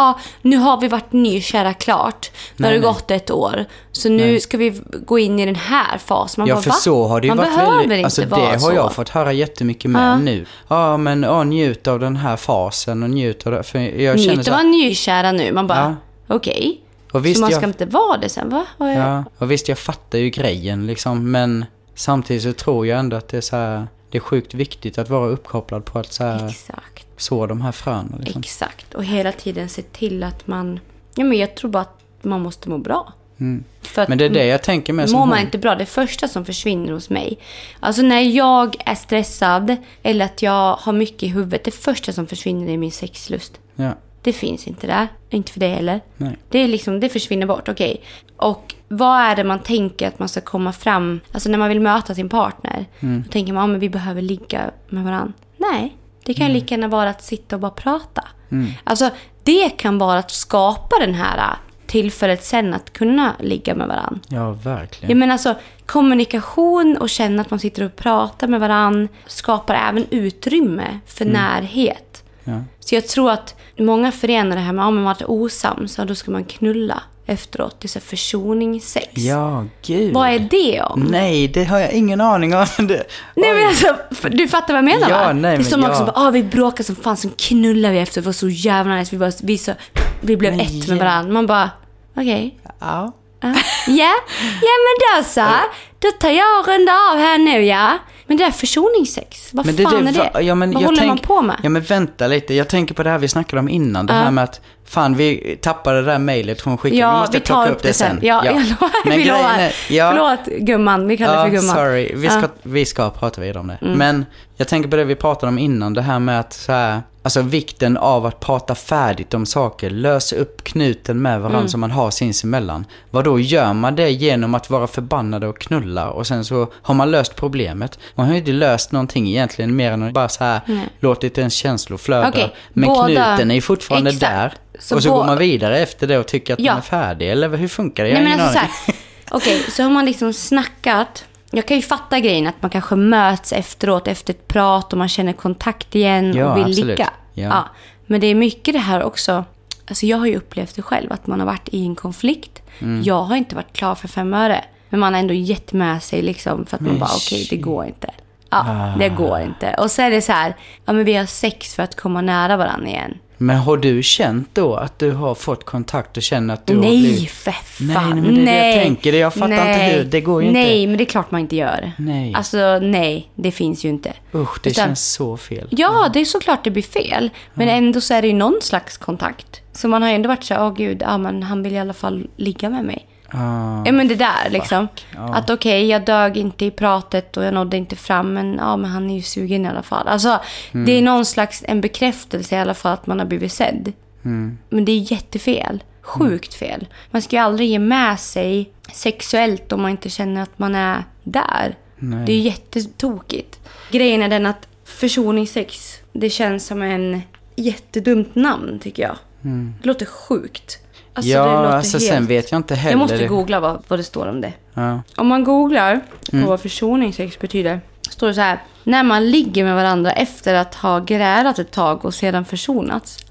nu har vi varit nykära klart. Nu har det gått ett år. Så nu ska vi gå in i den här fasen. Ja, för så har det ju varit väldigt... Alltså det har jag fått höra jättemycket med nu. Ja, men njut av den här fasen och njut av det. För jag känner så här... vara nykära nu. Man bara, okej. Så man ska inte vara det sen, va? Ja, och visst, jag fattar ju grejen liksom. Men samtidigt så tror jag ändå att det är så här... Det är sjukt viktigt att vara uppkopplad på att så här... Exakt. Så de här fröna liksom. Exakt. Och hela tiden se till att man... Ja, men jag tror bara att man måste må bra. För men det är det jag tänker med. Mår man inte bra, det första som försvinner hos mig. Alltså när jag är stressad eller att jag har mycket i huvudet, det första som försvinner är min sexlust. Ja. Det finns inte där. Inte för det heller. Nej. Det är liksom, det försvinner bort, okej. Och vad är det man tänker att man ska komma fram? Alltså när man vill möta sin partner. Då tänker man, men vi behöver ligga med varandra. Nej, det kan lika gärna vara att sitta och bara prata. Alltså det kan vara att skapa den här tillfället sen att kunna ligga med varandra. Ja, verkligen. Jag menar alltså, kommunikation och känna att man sitter och pratar med varandra skapar även utrymme för närhet. Ja. Så jag tror att många förenar det här med att man är osams, så då ska man knulla efteråt. Det är så försoningssex. Ja, gud. Vad är det om? Nej, det har jag ingen aning om. Nej, men alltså, du fattar vad jag menar, va? Nej, det är som också bara, vi bråkar som fan, som knullar vi efter. Det var så jävla nice. Vi blev ett med varandra. Man bara, okej. Ja. Ja, men då så. Då tar jag och rundar av här nu, ja. Men det är försoningssex. Vad fan är det? Ja, men vad håller man på med? Ja, men vänta lite. Jag tänker på det här vi snackade om innan. Det här med att, fan, vi tappade det där mejlet från skicket. Ja, vi måste plocka upp det sen. Ja. Men förlåt, gumman. Vi kallar det för gumman. Sorry. Vi ska prata vidare om det. Men jag tänker på det vi pratade om innan. Det här med att så här, alltså vikten av att prata färdigt om saker. Lösa upp knuten med varandra som man har sinsemellan. Vad då gör man det genom att vara förbannade och knulla? Och sen så har man löst problemet. Man har ju inte löst någonting egentligen mer än att bara så här låtit en känslo flöda. Okay, men knuten är ju fortfarande där. Så och så går man vidare efter det och tycker att man är färdig. Eller hur funkar det? Nej, men alltså Okej, så har man liksom snackat. Jag kan ju fatta grejen att man kanske möts efteråt efter ett prat och man känner kontakt igen och vill ligga. Ja. Men det är mycket det här också. Alltså jag har ju upplevt det själv att man har varit i en konflikt. Jag har inte varit klar för 5 öre. Men man har ändå gett med sig liksom för att man bara okej, det går inte. Ja, det går inte. Och så är det så här, men vi har sex för att komma nära varandra igen. Men har du känt då att du har fått kontakt och känner att du har blivit... Nej, för fan. Nej, men det är det jag tänker. Jag fattar inte hur. Det går ju inte. Nej, men det är klart man inte gör. Nej. Alltså, nej. Det finns ju inte. Usch, det känns så fel. Ja, det är såklart det blir fel. Men ändå så är det ju någon slags kontakt. Så man har ju ändå varit så gud, men han vill i alla fall ligga med mig. Ja, men det där liksom. Att okej, jag dög inte i pratet och jag nådde inte fram, men han är ju sugen i alla fall. Alltså, det är någon slags en bekräftelse i alla fall att man har blivit sedd. Men det är jättefel. Sjukt fel. Man ska ju aldrig ge med sig sexuellt om man inte känner att man är där. Nej. Det är jättetokigt. Grejen är den att försoningssex, det känns som en jättedumt namn, tycker jag. Det låter sjukt. Alltså, ja, det låter alltså sen vet jag inte heller. Jag måste googla vad det står om det. Ja. Om man googlar på vad försoningssex betyder, står det så här: när man ligger med varandra efter att ha grälat ett tag och sedan försonats.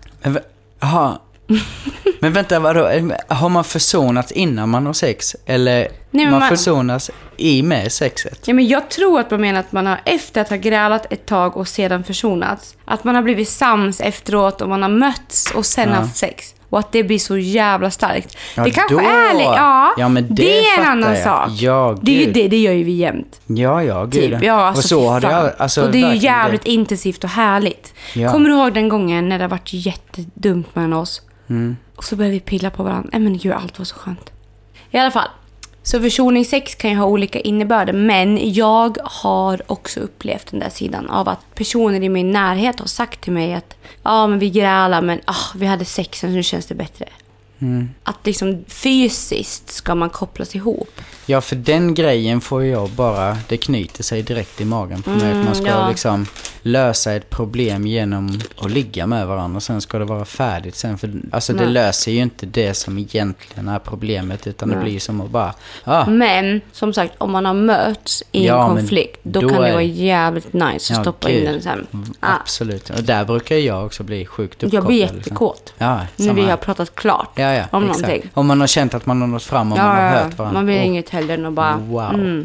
Men vänta, vadå? Har man försonats innan man har sex? Eller man försonas i med sexet? Ja, men jag tror att man menar att man har efter att ha grälat ett tag och sedan försonats. Att man har blivit sams efteråt och man har mötts och sen haft sex. Och att det blir så jävla starkt. Ja, det kanske är men det är en annan sak. Ja, det är ju det gör ju vi jämt. Ja, gud. Typ. Ja, alltså, och så har det, alltså, och det är ju jävligt intensivt och härligt. Ja. Kommer du ihåg den gången när det varit jättedumt mellan oss? Och så började vi pilla på varandra. Men gud, allt var så skönt. I alla fall. Så försoningssex kan ju ha olika innebörder. Men jag har också upplevt den där sidan av att personer i min närhet har sagt till mig att men vi grälar, men vi hade sex och nu känns det bättre. Att liksom fysiskt ska man kopplas ihop. Ja, för den grejen får jag bara, det knyter sig direkt i magen på mig. Att man ska liksom lösa ett problem genom att ligga med varandra. Sen ska det vara färdigt sen. För alltså det löser ju inte det som egentligen är problemet. Utan det blir som att bara... Men, som sagt, om man har möts i en konflikt, då kan det vara jävligt nice att stoppa in den sen. Absolut. Och där brukar jag också bli sjukt uppkopplad. Jag blir jättekåt. Ja, när vi har pratat klart om någonting. Om man har känt att man har nått fram och man har hört varandra. Man vill inget heller än att bara... Wow.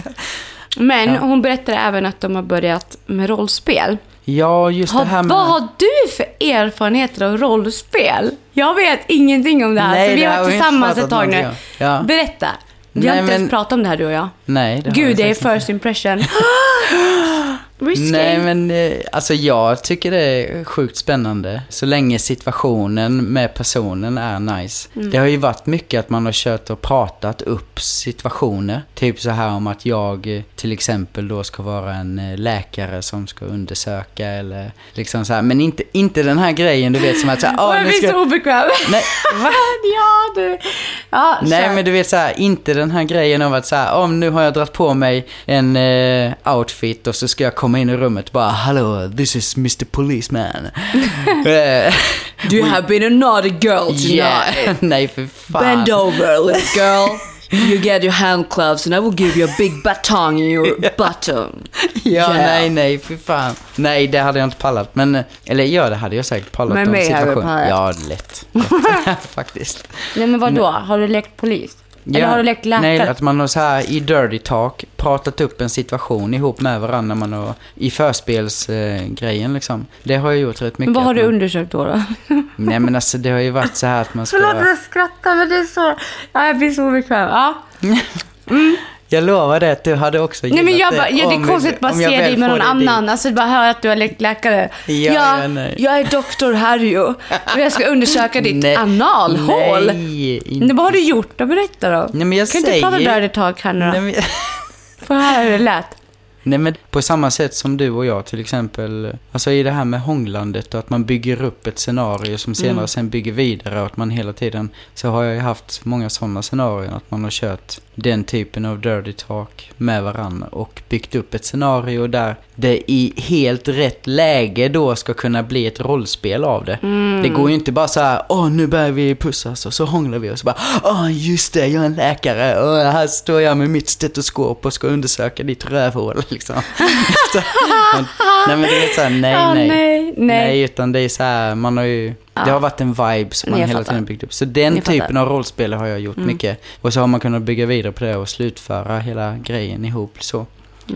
Men hon berättade även att de har börjat med rollspel. Ja, just det här med... Vad har du för erfarenheter av rollspel? Jag vet ingenting om det här. Så vi har varit tillsammans ett tag nu. Ja. Berätta. Vi har inte ens pratat om det här, du och jag. Nej, Gud, det är first impression. Risky. Nej, men alltså jag tycker det är sjukt spännande. Så länge situationen med personen är nice. Det har ju varit mycket att man har kört och pratat upp situationer. Typ så här om att jag till exempel då ska vara en läkare som ska undersöka eller liksom så här. Men inte den här grejen, du vet, som att så här, jag blir så obekväm. Nej, va? Ja, du. Ja, nej, men du vet så här, inte den här grejen av att så här, nu har jag dragit på mig en outfit och så ska jag komma in i rummet bara, hello, this is Mr. Policeman. You have been a naughty girl tonight. Yeah. Nej, för fan. Bend over, little girl. You get your hand gloves and I will give you a big baton in your button. Ja, nej, för fan. Nej, det hade jag inte pallat. Men, eller ja, det hade jag säkert pallat. Men mig hade du pallat. Ja, lätt. Faktiskt. Nej, men vadå? Har du lekt polis? Eller har du lekt läkare? Nej, att man har så här i dirty talk pratat upp en situation ihop med varandra. Man har i förspelsgrejen liksom. Det har jag gjort rätt mycket. Men vad har du undersökt då? Nej, men alltså det har ju varit så här att man ska... Förlåt, jag skrattar, men det är så... Ja, jag blir så bekväm. Ja. Jag lovar det att du hade också gillat. Nej, men jag bara, det är konstigt att bara se dig med någon annan. Alltså bara höra att du har lekt läkare. Jag är doktor Harry och jag ska undersöka ditt analhål. Nej, vad har du gjort? Då berätta då. Nej, men jag kan inte prata där ett tag här nu då? Nej, men... För här är det lätt. Nej, men på samma sätt som du och jag till exempel, alltså i det här med hånglandet och att man bygger upp ett scenario som senare sen bygger vidare och att man hela tiden, så har jag ju haft många sådana scenarier att man har kört den typen av dirty talk med varandra och byggt upp ett scenario där det i helt rätt läge då ska kunna bli ett rollspel av det. Det går ju inte bara så här, nu börjar vi pussas och så hånglar vi och så bara, just det, jag är en läkare och här står jag med mitt stetoskop och ska undersöka ditt rövhål liksom. Nej, men det är så här, nej, utan det är så här, man har ju, det har varit en vibe som man hela tiden byggt upp. Så den typen av rollspel har jag gjort mycket. Och så har man kunnat bygga vidare på det och slutföra hela grejen ihop så.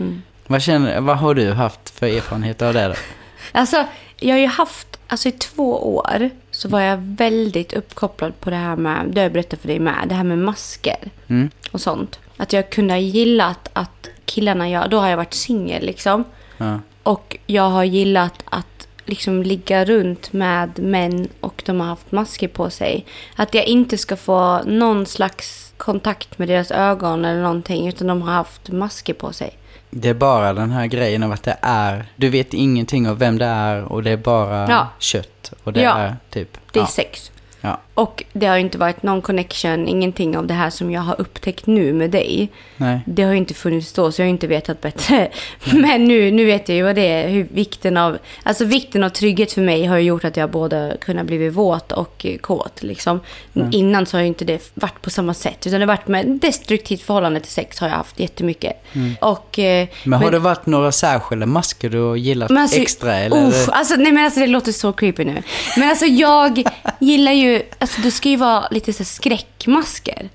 Vad har du haft för erfarenhet av det då? Alltså, jag har ju haft, i 2 år så var jag väldigt uppkopplad på det här med, det jag berättade för dig med, det här med masker och sånt. Att jag kunde ha gillat att killarna, då har jag varit singel liksom. Ja. Och jag har gillat att liksom ligga runt med män och de har haft masker på sig. Att jag inte ska få någon slags kontakt med deras ögon eller någonting, utan de har haft masker på sig. Det är bara den här grejen av att det är, du vet ingenting av vem det är och det är bara kött och det är typ... Det är sex. Ja. Och det har inte varit någon connection, ingenting av det här som jag har upptäckt nu med dig. Nej. Det har inte funnits då, så jag har inte vetat bättre. Men nu vet jag ju vad det är. Hur vikten av trygghet för mig har gjort att jag både kunnat bli våt och kåt. Liksom. Innan så har ju inte det varit på samma sätt. Utan det har varit med destruktivt förhållande till sex har jag haft jättemycket. Och, men har det varit några särskilda masker du har gillat extra? Eller? Det låter så creepy nu. Men jag gillar ju, det ska ju vara lite så skräckmasker.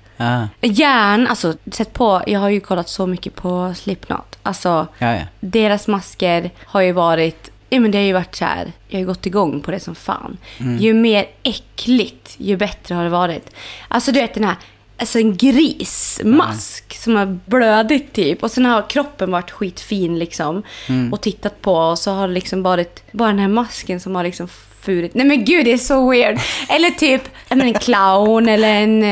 Sett på, jag har ju kollat så mycket på Slipknot. Deras masker har ju varit, men det har ju varit så här, jag har ju gått igång på det som fan. Ju mer äckligt, ju bättre har det varit. Du vet den här, en grismask som har blödigt typ. Och sen har kroppen varit skitfin liksom. Och tittat på, och så har det liksom varit bara den här masken som har liksom furit. Nej men gud, det är så weird. Eller typ en clown eller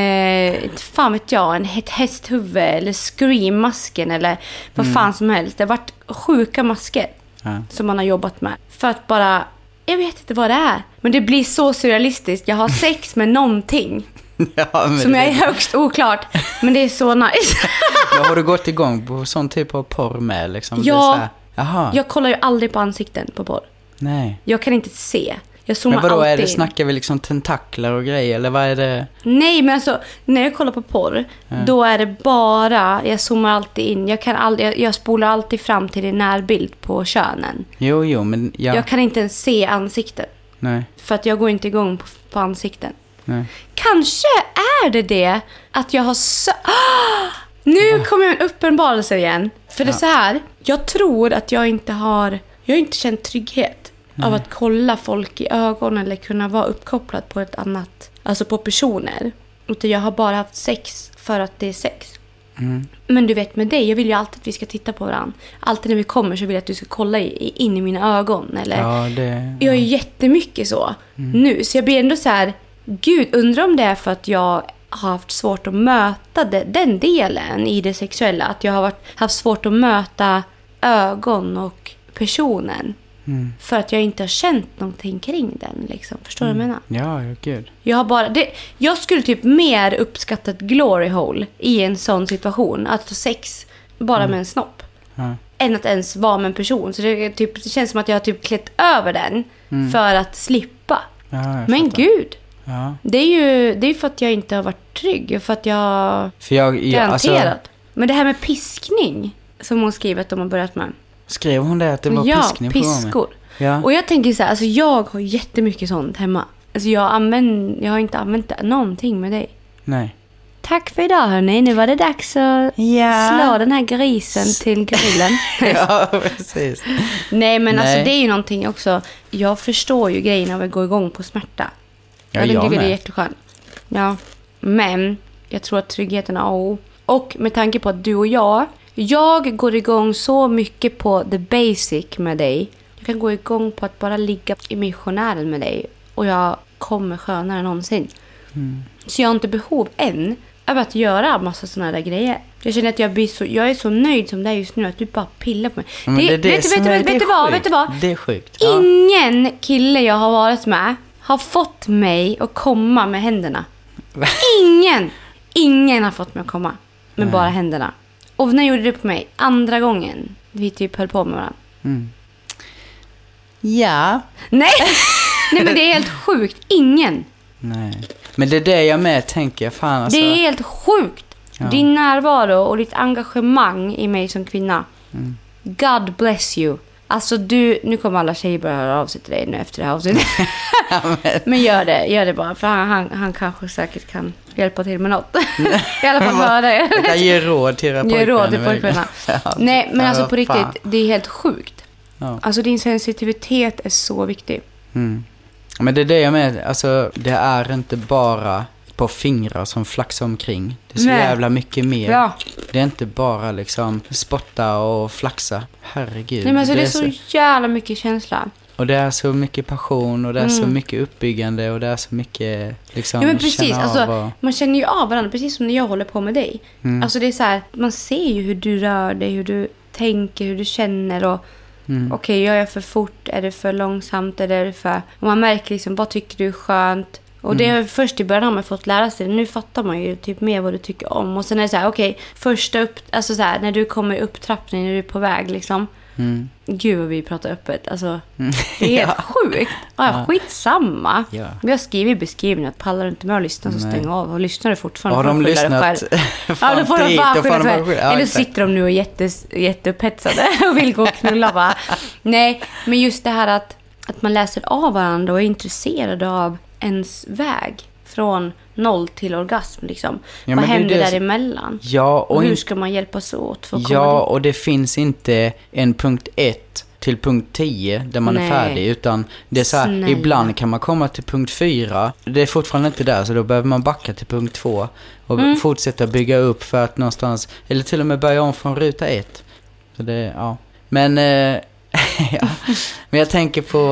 ett hästhuvud eller Scream-masken eller vad fan som helst. Det har varit sjuka masker som man har jobbat med. För att bara, jag vet inte vad det är, men det blir så surrealistiskt. Jag har sex med någonting. Ja, men som jag är högst oklart. Men det är så nice. Men har du gått igång på sån typ av porr med? Liksom? Ja. Det är så här, jaha. Jag kollar ju aldrig på ansikten på porr. Nej. Jag kan inte se. Jag zoomar Men vadå, alltid är det, in. snackar vi liksom tentakler och grejer, eller vad är det? Nej, men alltså, när jag kollar på porr, då är det bara, jag zoomar alltid in. Jag spolar alltid fram till en närbild på könen. Jo, men ja. Jag kan inte ens se ansikten. Nej, För att jag går inte igång på ansikten. nej. Kanske är det att jag har Nu kommer jag en uppenbarelse igen. För det är så här, jag tror att jag har inte känt trygghet av att kolla folk i ögonen eller kunna vara uppkopplad på ett annat, alltså på personer. Utan jag har bara haft sex för att det är sex. Men du vet med dig, jag vill ju alltid att vi ska titta på varandra. Alltid när vi kommer så vill jag att du ska kolla in i mina ögon. Eller, jag är jättemycket så nu. Så jag blir ändå så här, gud, undrar om det är för att jag har haft svårt att möta den delen i det sexuella. Att jag har haft svårt att möta ögon och personen. För att jag inte har känt någonting kring den. Liksom. Förstår du vad jag menar? Ja, gud. Jag skulle typ mer uppskatta ett glory hole i en sån situation. Att ha sex bara med en snopp. Än att ens vara med en person. Så det känns som att jag har typ klätt över den för att slippa. Ja, men gud. Ja. Det är för att jag inte har varit trygg. För att jag garanterat. Alltså, men det här med piskning som hon skriver att de har börjat med. skrev hon det att det var piskning på piskor. Ja. Och jag tänker så här, alltså jag har jättemycket sånt hemma. Alltså jag har inte använt någonting med dig. Nej. Tack för idag hörni. Nu var det dags att slå den här grisen till grillen. Ja, precis. Nej, men alltså det är ju någonting också. Jag förstår ju grejen av att gå igång på smärta. Ja, jag tycker med. det är jätteskönt. Ja, men jag tror att tryggheten är och med tanke på att du och jag går igång så mycket på the basic med dig. Jag kan gå igång på att bara ligga i missionären med dig. Och jag kommer skönare än någonsin. Så jag har inte behov än av att göra en massa såna där grejer. Jag känner att jag är så nöjd som det är just nu att du bara pillar på mig. Vet du vad? Det är sjukt. Ja. Ingen kille jag har varit med har fått mig att komma med händerna. Ingen har fått mig att komma med bara händerna. Och när gjorde du på mig? Andra gången vi typ höll på med varandra. Ja. Nej, men det är helt sjukt. Ingen. Nej. Men det är det jag med tänker. Fan, alltså. Det är helt sjukt. Ja. Din närvaro och ditt engagemang i mig som kvinna. God bless you. Alltså nu kommer alla tjejer börja höra av sig till dig nu efter det här avsnittet. Men gör det bara. För han kanske säkert kan hjälpa till med något. I alla fall höra det. Jag kan ge råd till pojkarna. Ja. Nej, men alltså på riktigt, det är helt sjukt. Ja. Alltså din sensitivitet är så viktig. Men det är det jag med. Alltså det är inte bara på fingrar som flaxar omkring. Det är så jävla mycket mer. Ja. Det är inte bara liksom spotta och flaxa. Herregud. Nej, men alltså det är så jävla mycket känsla. Och det är så mycket passion och det är så mycket uppbyggande och det är så mycket liksom. Ja, men precis, alltså, man känner ju av varandra precis som när jag håller på med dig. Alltså det är så här, man ser ju hur du rör dig, hur du tänker, hur du känner och okej, gör jag för fort, är det för långsamt, är det för... Och man märker liksom, vad tycker du är skönt? Och det är först i början har man fått lära sig. Nu fattar man ju typ mer vad du tycker om. Och sen är det så här, okej, första alltså så här, när du kommer upp trappningen, när du är på väg liksom. Gud vad vi pratar öppet. Alltså, det är helt sjukt. Skitsamma. Ja. Vi har skrivit beskrivningen att pallar du inte med att lyssna så stäng av. Och lyssnar du fortfarande har de lyssnat? Ja, då får de bara skylla sig. Eller sitter de nu och är jätteupphetsade och vill gå och knulla bara. Nej, men just det här att man läser av varandra och är intresserad av ens väg från 0 till orgasm liksom. Ja, vad händer däremellan? Ja, och hur ska man hjälpas åt för att komma dit? Och det finns inte en punkt 1 till punkt 10 där man är färdig, utan det är så här, ibland kan man komma till punkt 4. Det är fortfarande inte där, så då behöver man backa till punkt 2 och fortsätta bygga upp för att någonstans, eller till och med börja om från ruta 1. Så det, ja. Men ja. Men jag tänker på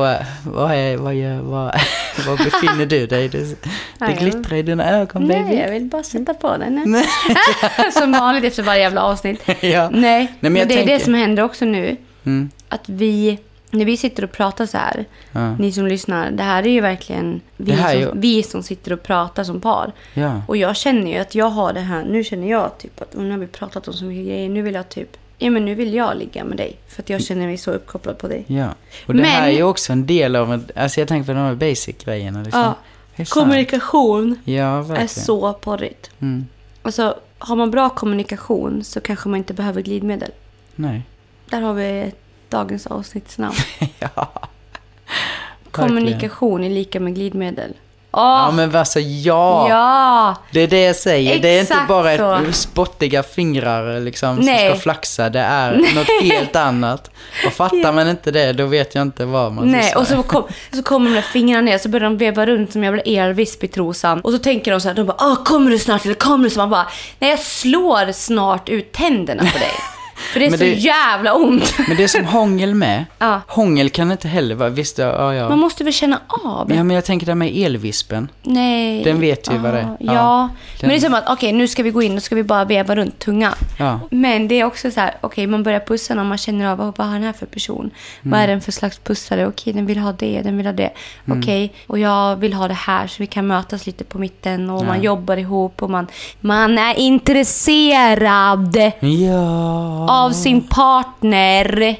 vad befinner du dig? Det glittrar i dina ögon, baby. Nej, jag vill bara sätta på den nu. Som vanligt efter varje jävla avsnitt. Ja. Nej, men det är det som händer också nu. Att vi när vi sitter och pratar så här, ni som lyssnar, det här är ju verkligen vi som sitter och pratar som par. Ja. Och jag känner ju att jag har det här, nu känner jag typ att nu har vi pratat om så mycket grejer, nu vill jag typ, nu vill jag ligga med dig för att jag känner mig så uppkopplad på dig. Ja. Och det här är ju också en del av alltså jag tänker på de här basic-grejerna liksom. Ja. Kommunikation är så porrigt. Alltså, har man bra kommunikation så kanske man inte behöver glidmedel. Nej. Där har vi dagens avsnittsnamn. Ja. Kommunikation är lika med glidmedel. Ja, men alltså ja. Det är det jag säger. Exakt, det är inte bara ett spottiga fingrar liksom, som ska flaxa. Det är något helt annat. Och fattar man inte det, då vet jag inte vad man ska säga. Och så kommer de där fingrarna ner, så börjar de veva runt som jävla elvisp i trosan. Och så tänker de så här, de bara, kommer du snart eller kommer du? Så man bara, nej, jag slår snart ut tänderna på dig. För det är så jävla ont. Men det är som hångel med. Hångel kan inte heller vara. Visst, ja. Man måste väl känna av. Ja, men jag tänker det med elvispen. Nej. Den vet ju vad det är. Ja. Men det är som att, okej, nu ska vi gå in och ska vi bara veva runt tungan. Ja. Men det är också så här, okej, man börjar pussa när man känner av vad har den här för person. Vad är den för slags pussare? Okej, den vill ha det, den vill ha det. Okej, och jag vill ha det här så vi kan mötas lite på mitten och man jobbar ihop och man är intresserad. Ja. Av sin partner.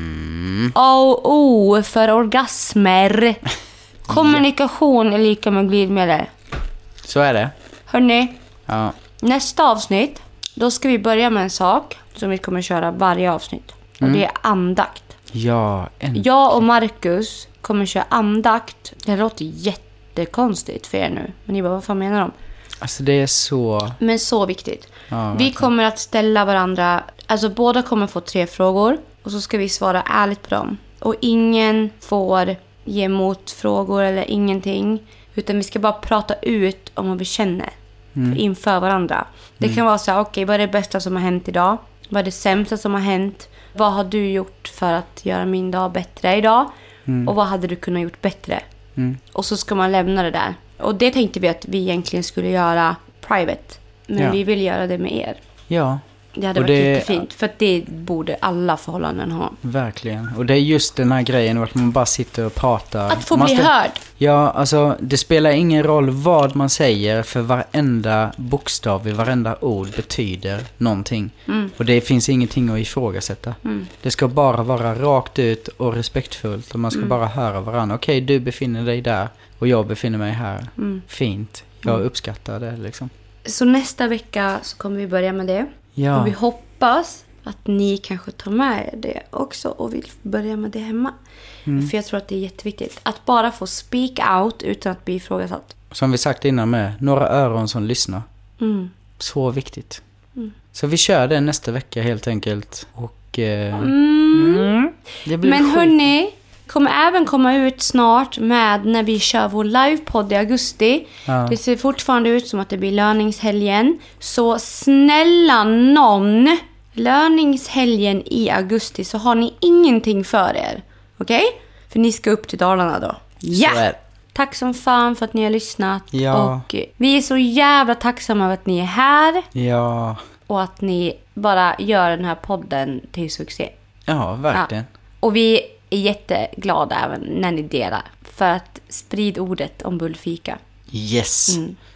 För orgasmer. Kommunikation är lika med glidmedel. Så är det. Hörrni, nästa avsnitt, då ska vi börja med en sak som vi kommer köra varje avsnitt. Och det är andakt. Ja, jag och Marcus kommer köra andakt. Det låter jättekonstigt för er nu. Men ni bara, vad fan menar de? Alltså det är så... Men så viktigt. Vi kommer att ställa varandra... Alltså båda kommer få 3 frågor. Och så ska vi svara ärligt på dem. Och ingen får ge motfrågor eller ingenting. Utan vi ska bara prata ut om vad vi känner. Inför varandra. Det kan vara så här, okej, vad är det bästa som har hänt idag? Vad är det sämsta som har hänt? Vad har du gjort för att göra min dag bättre idag? Och vad hade du kunnat gjort bättre? Och så ska man lämna det där. Och det tänkte vi att vi egentligen skulle göra private. Men vi vill göra det med er. Ja. Det hade varit jättefint. För att det borde alla förhållanden ha. Verkligen. Och det är just den här grejen att man bara sitter och pratar. Att få bli hörd. Ja, alltså det spelar ingen roll vad man säger. För varenda bokstav i varenda ord betyder någonting. Och det finns ingenting att ifrågasätta. Det ska bara vara rakt ut och respektfullt. Och man ska bara höra varandra. Okej, du befinner dig där och jag befinner mig här. Fint. Jag uppskattar det liksom. Så nästa vecka så kommer vi börja med det. Ja. Och vi hoppas att ni kanske tar med det också och vill börja med det hemma. För jag tror att det är jätteviktigt. Att bara få speak out utan att bli ifrågasatt. Som vi sagt innan med, några öron som lyssnar. Så viktigt. Så vi kör det nästa vecka helt enkelt. Och det blir Men hörni, kommer även komma ut snart med när vi kör vår livepodd i augusti. Det ser fortfarande ut som att det blir löningshelgen. Så snälla någon, löningshelgen i augusti så har ni ingenting för er. Okej? För ni ska upp till Dalarna då. Ja! Tack som fan för att ni har lyssnat. Ja. Och vi är så jävla tacksamma över att ni är här. Ja. Och att ni bara gör den här podden till succé. Ja, verkligen. Ja. Och vi är jätteglada även när ni delar. För att sprid ordet om bullfika. Yes.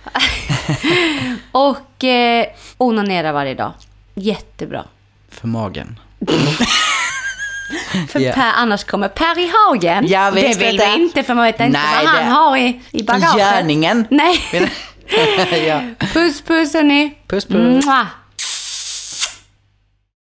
Och onanera varje dag. Jättebra. För magen. För Per, annars kommer Per i hagen. Ja, det vill vi inte, för man vet inte vad han har i bagaget. Gärningen. Nej. Ja. Puss, puss hörni. Puss, puss. Mwah.